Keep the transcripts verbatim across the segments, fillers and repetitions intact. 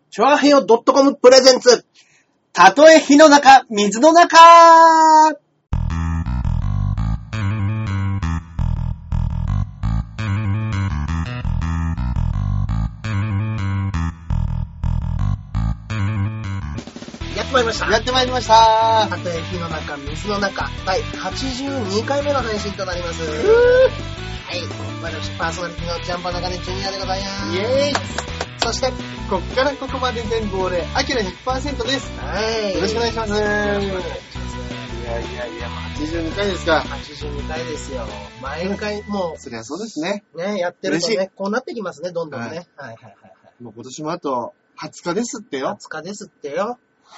チョアヘヨ .com プレゼンツ。たとえ火の中、水の中。やってまいりました。 やってまいりました。 たとえ火の中、水の中、第はちじゅうにかいめの配信となります。はい。私、パーソナリティのジャンパ中根ジュニアでございます。 イェーイ。 そして、 こっからここまで全部俺、アキラ ひゃくパーセント です。 はい。 よろしくお願いします。よろしくお願いします。いやいやいや、はちじゅうにかいですか。 はちじゅうにかいですよ。毎回、もう。 そりゃそうですね。 ね、やってるとね、こうなってきますね、どんどんね。はい、はい、はいはいはい。 もう今年もあとはつかですってよ。 はつかですってよ。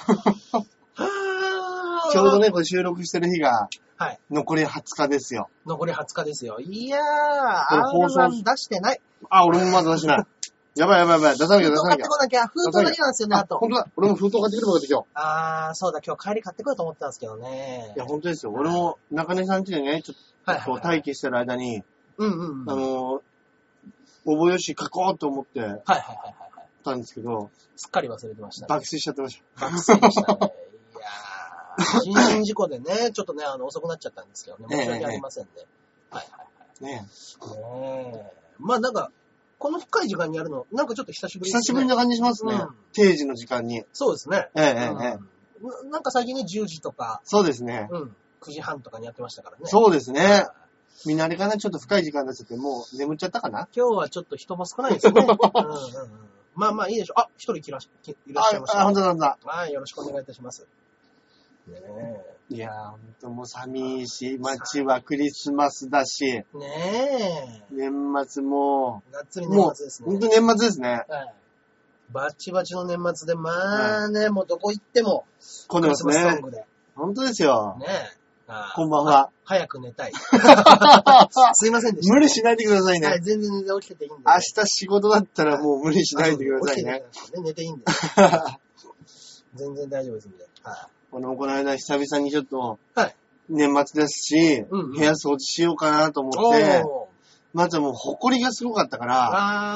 ちょうどね、これ収録してる日が、 はい。 残りはつかですよ。 残りはつかですよ。いやー、アールワン 出してない。 あ、俺もまだ出してない。やばいやばいやばい、出さなきゃ出さなきゃ。 封筒買ってこなきゃ。封筒だけなんですよね、あと。 ほんとだ、俺も封筒買ってくればよかった今日。 あー、そうだ、今日帰り買ってこようと思ってたんですけどね。 いや、ほんとですよ。俺も中根さん家でね、ちょっとこう待機してる間に、 うんうんうん。 あのー、応募用紙書こうと思って、 はいはいはいはい。 たんですけど、 すっかり忘れてましたね。 爆睡しちゃってました。 爆睡でしたね。いやー、人身事故でね、ちょっとね、あの、遅くなっちゃったんですけどね、申し訳ありませんね。ええ、はいはいはい。 ねえ。ねえ。まあなんか、この深い時間にやるの、なんかちょっと久しぶりですね。 久しぶりな感じしますね。うん、定時の時間に。 そうですね。 ええええ、 うん。なんか最近ね、じゅうじとか。 そうですね。 うん。くじはんとかにやってましたからね。 そうですね。みんなあれかな、ちょっと深い時間になっちゃって、もう眠っちゃったかな。 今日はちょっと人も少ないですね。うんうんうん。まあまあいいでしょう。あ、一人いらっしゃいました。 あ、ほんとだほんとだ。 はい、よろしくお願いいたします。ねえ。 いやー、ほんともう寒いし、街はクリスマスだし。 ねえ。 年末もう。がっつり年末ですね。 ほんと年末ですね。 はい。バチバチの年末で、まあね、はい、もうどこ行っても、 混んでますね。 クリスマスソングで。 ほんとですよ。 ねえ。 こんばんは。 早く寝たい。すいませんでした、 ね。無理しないでくださいね。 はい、全然全然起きてていいんで、ね。 明日仕事だったらもう無理しないでくださいね。 起きて寝ていいんで。全然大丈夫ですんで。はい。 この、この間久々にちょっと、 はい。 年末ですし、うんうん、部屋掃除しようかなと思って、まずもう埃がすごかったから、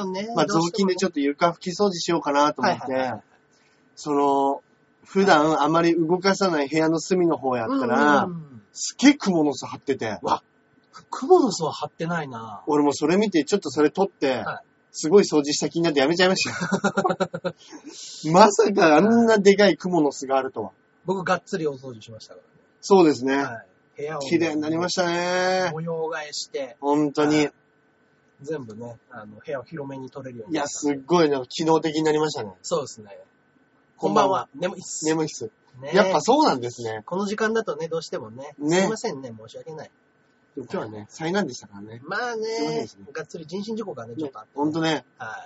あーね、 まあ雑巾でちょっと床拭き掃除しようかなと思って、はいはいはい、その、普段あまり動かさない部屋の隅の方やったら、うんうんうん、すっげえクモの巣張ってて。 わ、クモの巣は張ってないな。 俺もそれ見てちょっとそれ取って、はい、すごい掃除した気になってやめちゃいました。まさかあんなでかいクモの巣があるとは。 僕がっつりお掃除しましたからね。 そうですね。 はい、部屋を綺麗になりましたね。 模様替えして。 本当に。 全部ね、あの、部屋を広めに撮れるようになった。いや、すっごいね、機能的になりましたね。 そうですね。こんばんは。眠いっす。 眠いっす。ね、やっぱそうなんですね。 この時間だとね、どうしてもね。ねすいませんね、申し訳ない。 今日はね、災難でしたからね。 まあね、ねがっつり人身事故がね、ちょっとあって、ね。 ほんとね。 はい。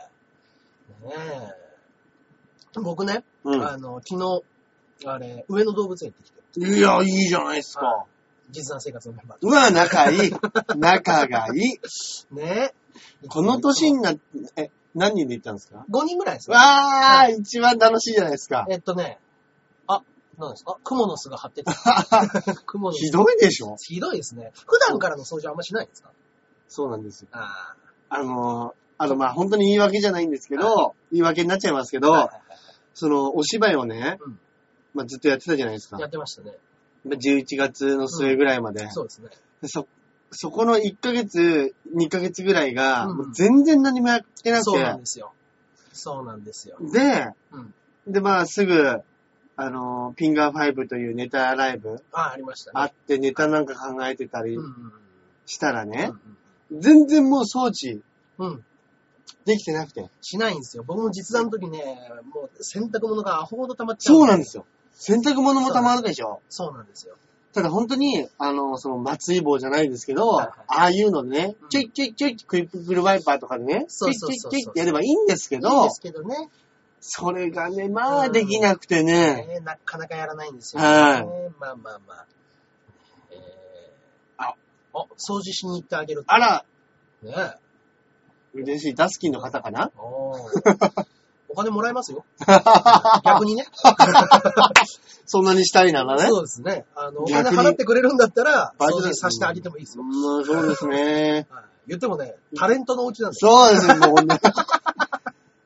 ねえ。僕ね、うん、あの、昨日、あれ、上野動物園行ってきて。 いや、いいじゃないですか。 実弾生活のメンバー。 うわ、仲いい。仲がいい。 ねえ。この年になって、え、何人で行ったんですか ? ご 人ぐらいですね。 わー、はい、一番楽しいじゃないですか。 えっとね、あ、何ですかクモの巣が張ってた。クモの巣。 ひどいでしょひどいですね。普段からの掃除あんましないんですかそうなんですよ。 ああのー、あの、まあ、本当に言い訳じゃないんですけど、はい、言い訳になっちゃいますけど、はいはいはいはい、その、お芝居をね、うん、まあ、ずっとやってたじゃないですか。 やってましたね。 じゅういちがつの末ぐらいまで。 うん、そうですね。 でそ、そこのいっかげつ、にかげつぐらいが、うん、もう全然何もやってなくて。 そうなんですよ。そうなんですよ。 で、うん、で、まあ、すぐ、あの、ピンガーファイブというネタライブ。 あ、ありましたね。 あって、ネタなんか考えてたりしたらね、うんうん、全然もう装置、うん。できてなくて。 しないんですよ。僕も実弾の時ね、もう洗濯物がアホほど溜まっちゃう。 そうなんですよ。洗濯物も溜まるでしょ。 そうなんですよ。 ただ本当に、あの、その、松井棒じゃないですけど、はいはい、ああいうのでね、うん、ちょいちょいちょいクイックルワイパーとかでね、 そうそうそうそうちょいちょいちょいってやればいいんですけど、いいんですけどね。 それがね、まあできなくてね。 うん、ねなかなかやらないんですよ、 ね。はい。 まあまあまあ。えー、あ、あ、掃除しに行ってあげるって。 あら。 ねえ。 嬉しい。ダスキンの方かな？ おお金もらえますよ。逆にね。 そんなにしたいならね。 そうですね。あの、お金払ってくれるんだったら、掃除させてあげてもいいですよ。 うん、そうですね。 言ってもね、タレントのお家なんで。 そうですね、もうね。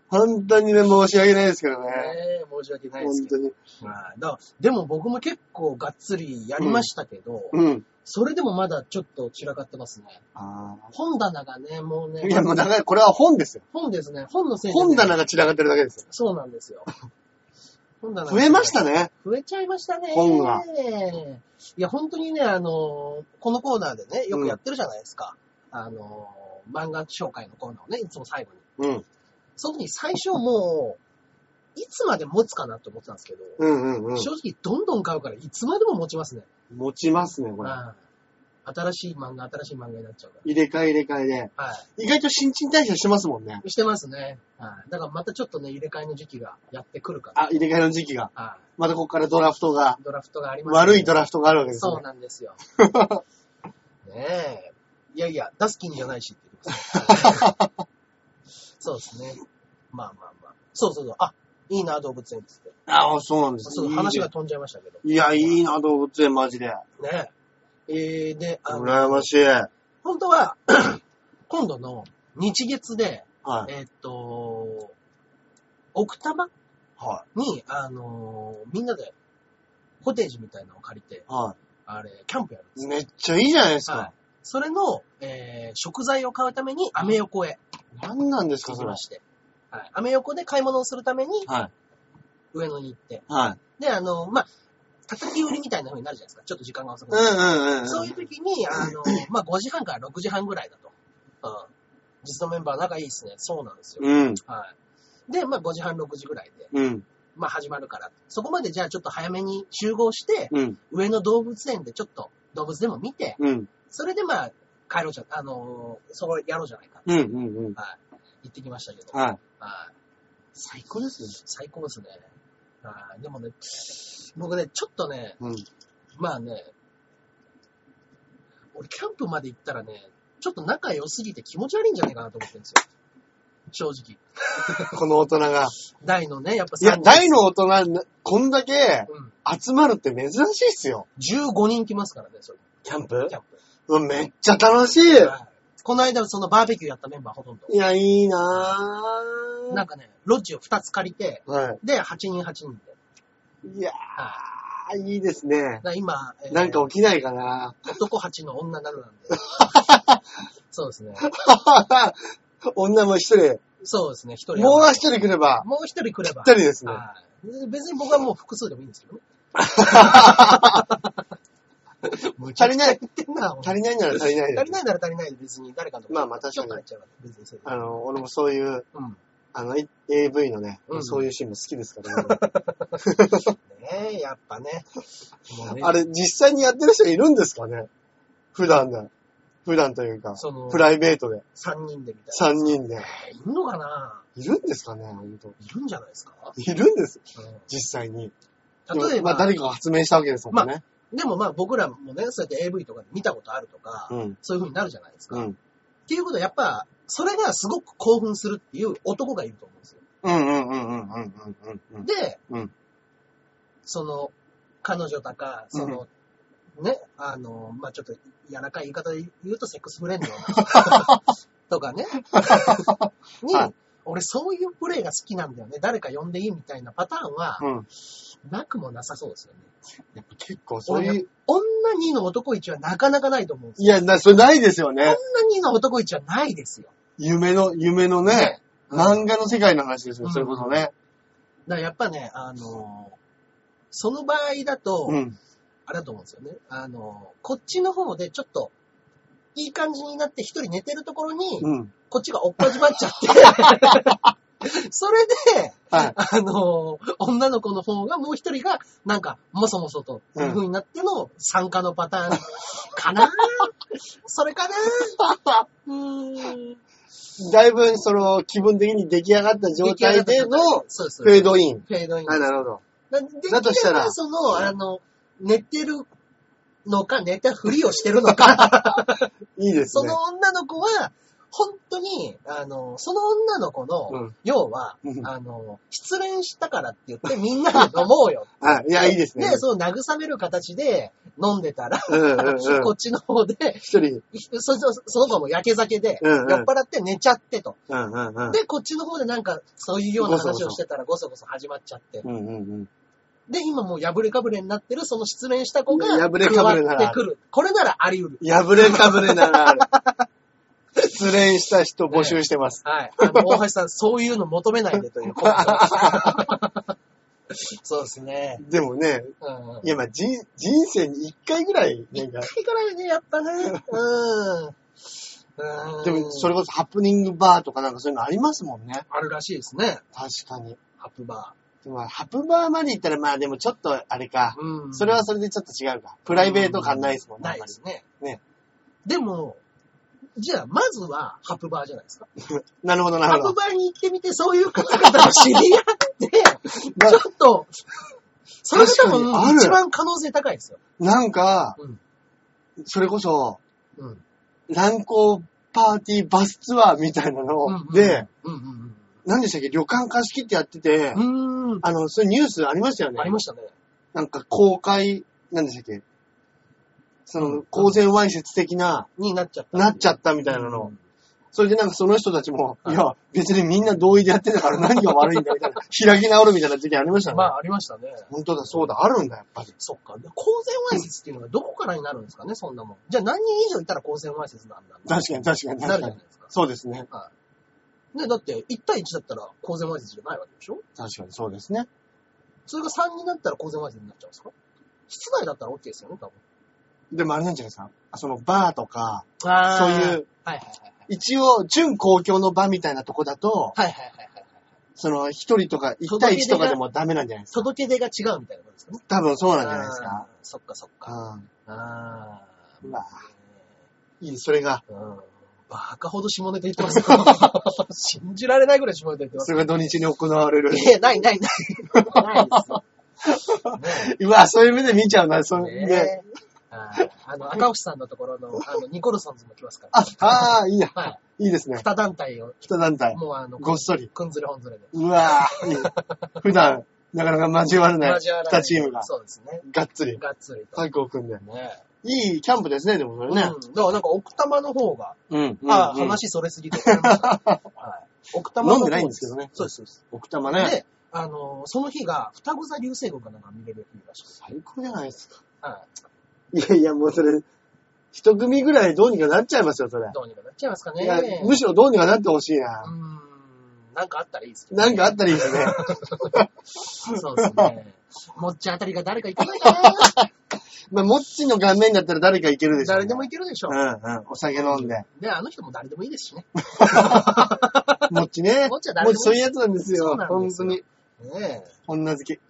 本当にね、申し訳ないですけどね。 ねえ、申し訳ないですけど。 本まあ、だでも僕も結構がっつりやりましたけど、 当に。うん。 それでもまだちょっと散らかってますね。 あ本棚がね、もうね。 いや、もうだからこれは本ですよ。 本ですね。本のせいで、ね。 本棚が散らかってるだけですよ。 そうなんですよ。本棚増えましたね。 増えちゃいましたね。 本が。 いや、本当にね、あの、このコーナーでね、よくやってるじゃないですか。うん、あの、漫画紹介のコーナーをね、いつも最後に。うん。その時最初もう、いつまで持つかなって思ってたんですけど、うんうんうん、正直どんどん買うからいつまでも持ちますね。 持ちますね、これ。 ああ、新しい漫画、新しい漫画になっちゃうから。 入れ替え入れ替えで。はい。意外と新陳代謝してますもんね。 してますね。はい。だからまたちょっとね、入れ替えの時期がやってくるから。 あ、入れ替えの時期が。はい。またここからドラフトが。 ドラフトがありますね。 悪いドラフトがあるわけですね。 そうなんですよ。ねえ。いやいや、出す気にじゃないしって言ってます。そうですね。まあまあまあ。そうそうそう。あ、いいな、動物園って。 ああ、そうなんですね。話が飛んじゃいましたけど。 いや、いいな、動物園、マジで。 ねえ。えー、で、 あの、羨ましい。 本当は、今度の日月で、はい、えー、っと、奥多摩に、あのー、みんなで、コテージみたいなのを借りて、はい、あれ、キャンプやるんです。 めっちゃいいじゃないですか。はい、 それの、えー、食材を買うために、アメ横へ。 何なんですか、それ。 行きまして。はい。アメ横で買い物をするために、はい、上野に行って。はい。で、あの、まあ、叩き売りみたいな風になるじゃないですか。ちょっと時間が遅くなる。うんうんうん。そういう時に、あの、まあ、ごじはんからろくじはんぐらいだと。うん。実のメンバー仲いいですね。そうなんですよ。うん。はい。で、まあ、ごじはん、ろくじぐらいで。うん。まあ、始まるから。そこまでじゃあちょっと早めに集合して、うん。上野動物園でちょっと動物でも見て、うん。それでまあ、帰ろうじゃ、あのー、そこやろうじゃないか。うんうんうん。はい。行ってきましたけど。はい。はい。 最高ですね。 最高ですね。はい。でもね、僕ね、ちょっとね、うん、まあね、俺キャンプまで行ったらね、ちょっと仲良すぎて気持ち悪いんじゃないかなと思ってるんですよ。正直。 この大人が。 大のね、やっぱいや、大の大人、こんだけ集まるって珍しいっすよ。 じゅうごにん来ますからね、それ。 キャンプキャンプ。うわ、めっちゃ楽しい。はい、 この間そのバーベキューやったメンバーほとんど。 いや、いいなぁ。 なんかね、ロッジをふたつ借りて、はい、で、はちにんはちにんで。 いやー、いいですね。 今、 えー、なんか起きないかな。 男はちの女なるなんで。そうですね。 女も一人。 そうですね、一人。 もう一人来れば。 もう一人来れば。 一人ですね。 別に僕はもう複数でもいいんですけどね。 足りない。足りないなら足りないで。 足りないなら足りないで別に誰かと。 まあまあ確かに。 ちょっと入っちゃうから別にそれ。 あの、俺もそういう、うん、あの、エーブイ のね、うん、そういうシーンも好きですからね。 ねえ、やっぱね。 ねあれ、実際にやってる人いるんですかね普段だ。普段というか、そのプライベートで。 さんにんでみたいな。 さんにんで。 いるのかないるんですかね本当。 いるんじゃないですかいるんです。うん、実際に。例えば。まあ誰かが発明したわけですもんね。まあでもまあ僕らもね、そうやって エーブイ とかで見たことあるとか、うん、そういう風になるじゃないですか。うん、っていうことはやっぱ、それがすごく興奮するっていう男がいると思うんですよ。 うんうんうんうんうんうん。 で、うん、その、彼女とか、その、うん、ね、あの、まあちょっと柔らかい言い方で言うとセックスフレンドとかね、に、はい、俺そういうプレイが好きなんだよね。誰か呼んでいいみたいなパターンは、うん、なくもなさそうですよね。 やっぱ結構そういう。 女にの男一はなかなかないと思うんですよ。いや、な、それないですよね。 女にの男一はないですよ。 夢の、夢のね、ね漫画の世界の話ですよ、うん、それこそね。だからやっぱね、あのー、その場合だと、うん、あれだと思うんですよね。あのー、こっちの方でちょっと、いい感じになって一人寝てるところに、うん、こっちがおっぱじまっちゃって、それで、はい、あのー、女の子の方がもう一人が、なんか、もそもそと、いう風になっての参加のパターンかな、うん、それかなうーんだいぶ、その、気分的に出来上がった状態での、フェードイン。 フェードイン。 あ、なるほど。 だ, だとしたら、その、あの、寝てるのか、寝たふりをしてるのか。 いいですね。 その女の子は、 本当に、あの、その女の子の、うん、要は、うん、あの、失恋したからって言ってみんなで飲もうよ。 あ、いや、いいですね。 で、そう慰める形で飲んでたら、うんうんうん、こっちの方で、一人そ、そ、その子も焼け酒で、うんうん、酔っ払って寝ちゃってと、うんうんうん。で、こっちの方でなんか、そういうような話をしてたらごそごそ始まっちゃって。うんうんうん、で、今もう破れかぶれになってる、その失恋した子が、 破れかぶれならってくる。これならあり得る。 破れかぶれならある。失恋した人募集してます。 ね、はい。あの、大橋さん、そういうの求めないでということそうですね。 でもね、うんうん、いや、まあ、人、人生に一回ぐらい、なんか。 一回ぐらいね、やっぱね。うん。 うんでも、それこそハプニングバーとかなんかそういうのありますもんね。 あるらしいですね。 確かに。 ハプバー。でも、ハプバーまで行ったら、まあでもちょっと、あれか、うん。それはそれでちょっと違うか。プライベート感ないですもんね。 ないですね。 ね。でも、 じゃあ、まずは、ハプバーじゃないですか。 なるほど、なるほど。 ハプバーに行ってみて、そういう方々と知り合って、ちょっと、それが多分、一番可能性高いですよ。 なんか、うん、それこそ、うん、乱行パーティーバスツアーみたいなので、何でしたっけ、旅館貸し切ってやってて、うんあの、そういうニュースありましたよね。 ありましたね。 なんか、公開、何でしたっけ、その、公然わいせつ的な、 になっちゃった。 なっちゃったみたいなの。うん、それでなんかその人たちも、はい、いや、別にみんな同意でやってたから何が悪いんだみたいな、開き直るみたいな時期ありましたね。 まあ、ありましたね。 本当だ、そうだ、あるんだ、やっぱり。 そっか。公然わいせつっていうのがどこからになるんですかね、そんなもん。じゃあ何人以上いたら公然わいせつなんだ。 確かに、確かに。 なるじゃないですか。 そうですね。 はい。ね、だって、いち対いちだったら公然わいせつじゃないわけでしょ？ 確かに、そうですね。 それがさんになったら公然わいせつになっちゃうんですか？室内だったら OK ですよね、多分。 でもあれなんじゃないですか、そのバーとか、そういう、 はいはいはいはい、 一応、準公共の場みたいなとこだと、 はいはいはいはい、 その一人とか、一対一とかでもダメなんじゃないですか。 届け出が違うみたいなことですかね。 多分そうなんじゃないですか。 そっかそっか。ああ。うわいい、それが。 うんバカほど下ネタ言ってますよ。信じられないぐらい下ネタ言ってます。 それが土日に行われる。 いや、ないないない。ないですよ。 ね、うわ、そういう目で見ちゃうな、そうね。ねあの、赤星さんのところの、あの、ニコルソンズも来ますから。 あ、ああ、いいや。はい。いいですね。 二団体を。 二団体。 もうあの、 ごっそり。 くんずれほんずれで。 うわぁ、いい。普段、なかなか交わらない二チームが。 そうですね。 がっつり。 がっつりと。 タッグを組んで。ね。いいキャンプですね、でもそれね。うん。 だからなんか奥多摩の方が、うん。あ、話それすぎて。はい。奥多摩の方。 飲んでないんですけどね。 そうです、そうです。 奥多摩ね。 で、あの、その日が、双子座流星群かなんか見れる日らしい。 最高じゃないですか。はい。いやいや、もうそれ、一組ぐらいどうにかなっちゃいますよ、それ。 どうにかなっちゃいますかね。 いや、むしろどうにかなってほしいな。 うーん。なんかあったらいいですけど、ね。なんかあったらいいですね。 そうですね。もっちあたりが誰か行かないかな。 まあ、もっちの顔面だったら誰かいけるでしょ、ね。 誰でもいけるでしょ。 うんうん。お酒飲んで。 で、あの人も誰でもいいですしね。 もっちね。 もっちは誰でもいい。もっちそういうやつなんですよ。 そうなんですよ。 本当に。ねえ。女好き。 はい。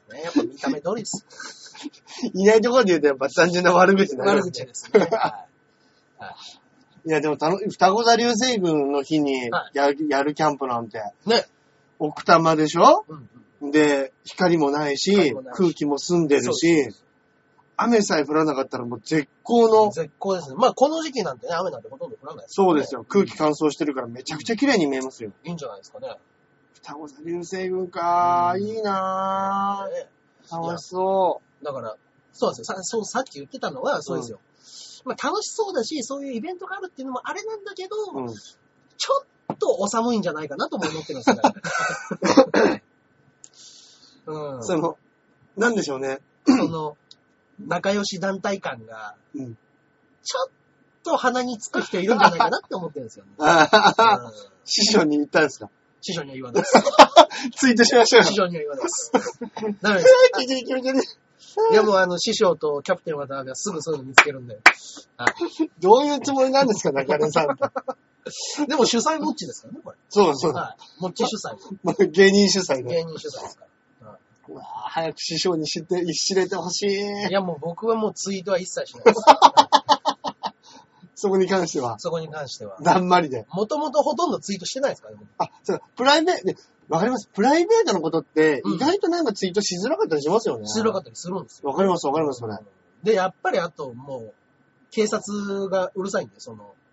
ねやっぱ見た目通りです。 いないところで言うとやっぱ単純な悪口な悪口ですね。はい。 はい。いや、でもたの、双子座流星群の日にやる、はい、やるキャンプなんて。ね。奥多摩でしょ、うんうん、で、光もないし、ないし空気も澄んでるし、雨さえ降らなかったらもう絶好の。 絶好ですね。まあこの時期なんてね、雨なんてほとんど降らないです、 ね。そうですよ。空気乾燥してるからめちゃくちゃ綺麗に見えますよ。 いいんじゃないですかね。 双子座流星群かー、いいなー、ね。楽しそう。 だから、そうですよ。さ、そう、さっき言ってたのは、そうですよ。うん、まあ楽しそうだし、そういうイベントがあるっていうのもあれなんだけど、うん、ちょっとお寒いんじゃないかなとも思ってますね。 うん、その、なんでしょうね。 その、仲良し団体感が、うん、ちょっと鼻につく人いるんじゃないかなって思ってるんですよね。うん、 師匠に言ったんですか？ 師匠には言わないです。 ツイートしましょう。 師匠には言わないです。ダメです。いやもうあの、師匠とキャプテンはがすぐそういうの見つけるんで。 はい、どういうつもりなんですか、中根さんって。 でも主催モッチですからね、これ。 そうそう。 はい。モッチ主催。 芸人主催で。 芸人主催ですから。はい、 うわぁ、早く師匠に知って、知れてほしい。 いやもう僕はもうツイートは一切しないです。 そこに関しては。 そこに関しては。 だんまりで。 もともとほとんどツイートしてないですからね。 あ、そう、プライベート、わかります。プライベートのことって、意外となんかツイートしづらかったりしますよね。 しづらかったりするんですよ。 わかります、わかります、それ。 で、やっぱりあともう、警察がうるさいんで、その、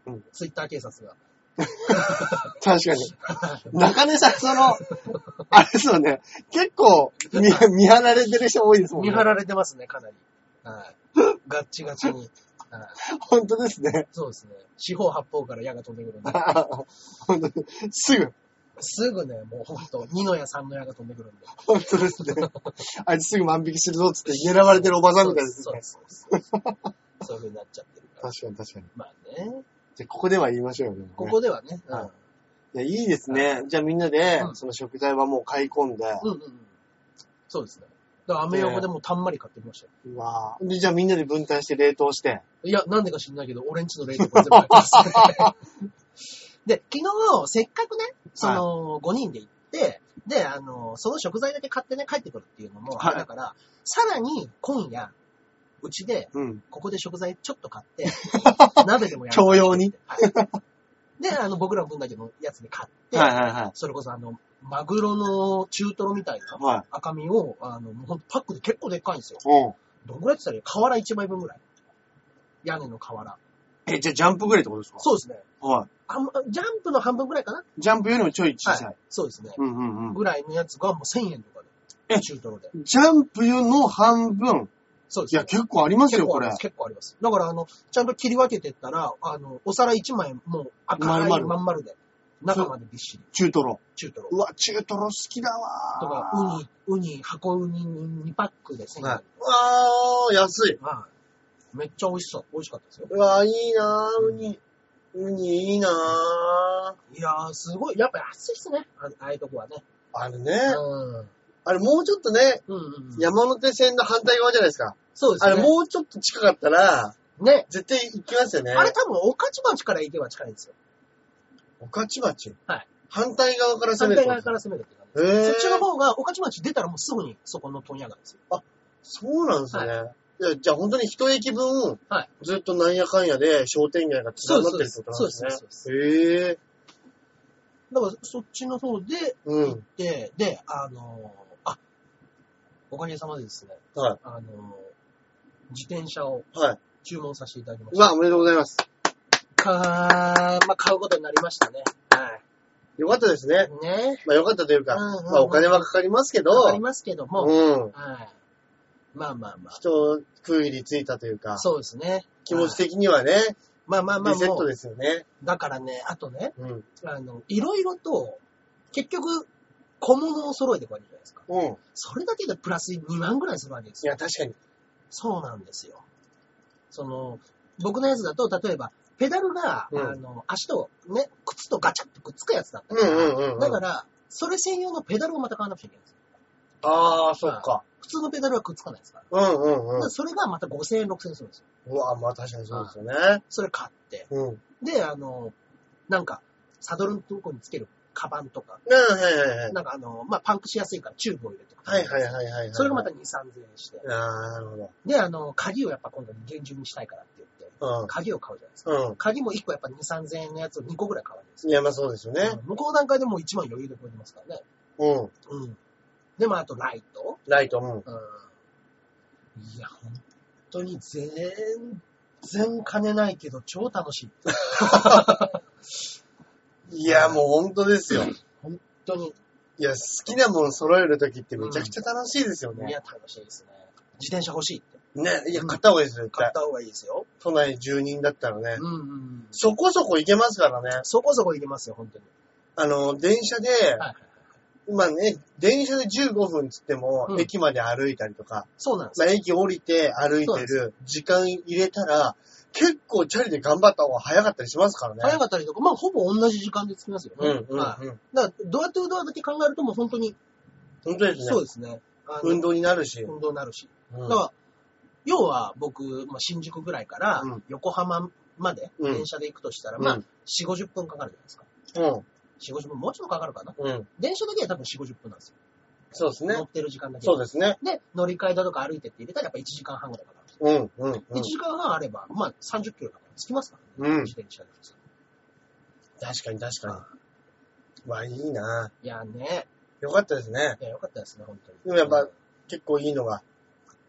うん、ツイッター警察が。 確かに。中根さん、その、あれですよね。結構見、見張られてる人多いですもんね。 見張られてますね、かなり。はい。ガッチガチに。 はい、本当ですね。 そうですね。四方八方から矢が飛んでくるんで。 本当すぐ。 すぐね、もうほんと、二の矢三の矢が飛んでくるんで。 本当ですね。あいつすぐ万引きするぞっつって狙われてるおばさんみたいですね。 そうです、そうです。そういう風になっちゃってるから。 確かに確かに。 まあね。 じゃあここでは言いましょうよね。 ここではね。うん。 いや、いいですね。じゃあみんなで、うん、その食材はもう買い込んで。 うんうんうん。そうですね。だからアメ横でもたんまり買ってきましたよ。 うわぁ。で、じゃあみんなで分担して冷凍して。 いや、なんでか知んないけど、俺んちの冷凍庫全部入ってますね。で、昨日、せっかくね、その、ごにんで行って、で、あの、その食材だけ買ってね、帰ってくるっていうのも、はい、だから、さらに今夜、うちで、うん、ここで食材ちょっと買って、鍋でもやる。 共用に、 はい、で、あの、僕らの分だけのやつで買って、はいはいはい、それこそあの、マグロの中トロみたいな赤身を、あの、ほんとパックで結構でっかいんですよ。うん、どんぐらいって言ったら瓦いちまいぶんぐらい。屋根の瓦。 え、じゃあジャンプぐらいってことですか？ そうですね。 はい。 あジャンプの半分ぐらいかな？ ジャンプよりもちょい小さい。はい、 そうですね。 うんうんうん。 ぐらいのやつがもうせんえんとかで。え、中トロで。 ジャンプよの半分。 そうです、ね。 いや、結構ありますよ、これ。 結構あります。だから、あの、ちゃんと切り分けてったら、あの、お皿いちまいもう赤いまん丸で。中までびっしり。 中トロ。 中トロ。 うわ、中トロ好きだわー。 とか、ウニ、ウニ、箱ウニにパックでせんえん。はい、 うわー、安い。 はい。めっちゃ美味しそう。美味しかったですよ。 うわー、いいなー、ウニ。ウニいいなー。いやー、すごい。やっぱ安いっすね。ああいうとこはね。 あれね。うん。あれもうちょっとね、うんうんうん、山手線の反対側じゃないですか。 そうですね。 あれもうちょっと近かったら、 ね。 絶対行きますよね。 あれ多分、御徒町から行けば近いんですよ。 御徒町？ はい。 反対側から攻める。 反対側から攻めるって感じです。そっちの方が、御徒町出たらもうすぐにそこの問屋なんですよ。 あ、そうなんですね。はい、じゃあ本当に一駅分、はい、ずっとなんやかんやで商店街が連なってるってことなんですね。そうですそうです。へぇー。 だからそっちの方で行って、うん、で、あの、あ、おかげさまでですね、はい、あの、自転車を注文させていただきました。 うわ、おめでとうございます。 かー、まあ、買うことになりましたね。はい。 よかったですね。 ね。 まあよかったというか、うんうんうん、まあお金はかかりますけど。 かかりますけども。 うん。 はい。まあまあまあ。 人、食いについたというか。 そうですね。 気持ち的にはね。 まあまあまあ。 リセットですよね。 だからね、あとね、うん、あの、いろいろと、結局、小物を揃えてくわけじゃないですか。うん。それだけでプラスにまんぐらいするわけですよ。 いや、確かに。 そうなんですよ。その、僕のやつだと、例えば、ペダルが、うん、あの、足とね、靴とガチャッとくっつくやつだったから、うんうんうんうん、だから、それ専用のペダルをまた買わなくちゃいけないんですよ。 ああ、そっか。 普通のペダルはくっつかないですから。うんうんうん。それがまたごせんえん、ろくせんえんするんですよ。 うわ、まあ確かにそうですよね。 それ買って。うん。で、あの、なんか、サドルのとこにつけるカバンとか。うん、はいはいはい。なんかあの、まあ、パンクしやすいからチューブを入れてくはいはいはいはい、はい。 それがまたに、さんぜんえんして。 ああ、なるほど。 で、あの、鍵をやっぱ今度厳重にしたいからって言って、うん、鍵を買うじゃないですか。うん。鍵もいっこやっぱに、さんぜんえんのやつをにこぐらい買うわけですよ。 いや、まあそうですよね。 うん、向こう段階でもういちまん余裕で超えてますからね。うん。うん。で、まあ、あとライト。 ライト、うん。うん。 いや、本当に全然金ないけど超楽しい。いや、もう本当ですよ。 本当に。 いや、好きなもの揃えるときってめちゃくちゃ楽しいですよね。 うん、いや、楽しいですね。自転車欲しいって。 ね、いや、買った方がいいですよ。 買った方がいいですよ。 都内住人だったらね。うんうん。そこそこ行けますからね。 そこそこ行けますよ、本当に。 あの、電車で、はいまあね、電車でじゅうごふんつっても、うん、駅まで歩いたりとか、 そうなんです。 まあ駅降りて歩いてる時間入れたら、結構チャリで頑張った方が早かったりしますからね。 早かったりとか、まあほぼ同じ時間で着きますよね。うんうんうん。はい、だからドアトゥードアだけ考えるともう本当に。 本当ですね。 そうですね。 運動になるし。 運動になるし。うん、だから、要は僕、まあ、新宿ぐらいから横浜まで電車で行くとしたら、うん、まあ、よんじゅう、ごじゅっぷんかかるじゃないですか。うん。よんじゅう、ごじゅっぷん、もうちょっとかかるかな。うん。電車だけは多分よんじゅう、ごじゅっぷんなんですよ。 そうですね。 乗ってる時間だけ。 そうですね。 で、乗り換えだとか歩いてって入れたらやっぱいちじかんはんぐらいかかるんですよ。うん、うん、うん。いちじかんはんあれば、まあさんじゅっキロだから着きますからね。うん。自転車で。 確かに確かに。まあいいなぁ。 いやね。 よかったですね。 いや、よかったですね、本当に。 でもやっぱ、うん、結構いいのが。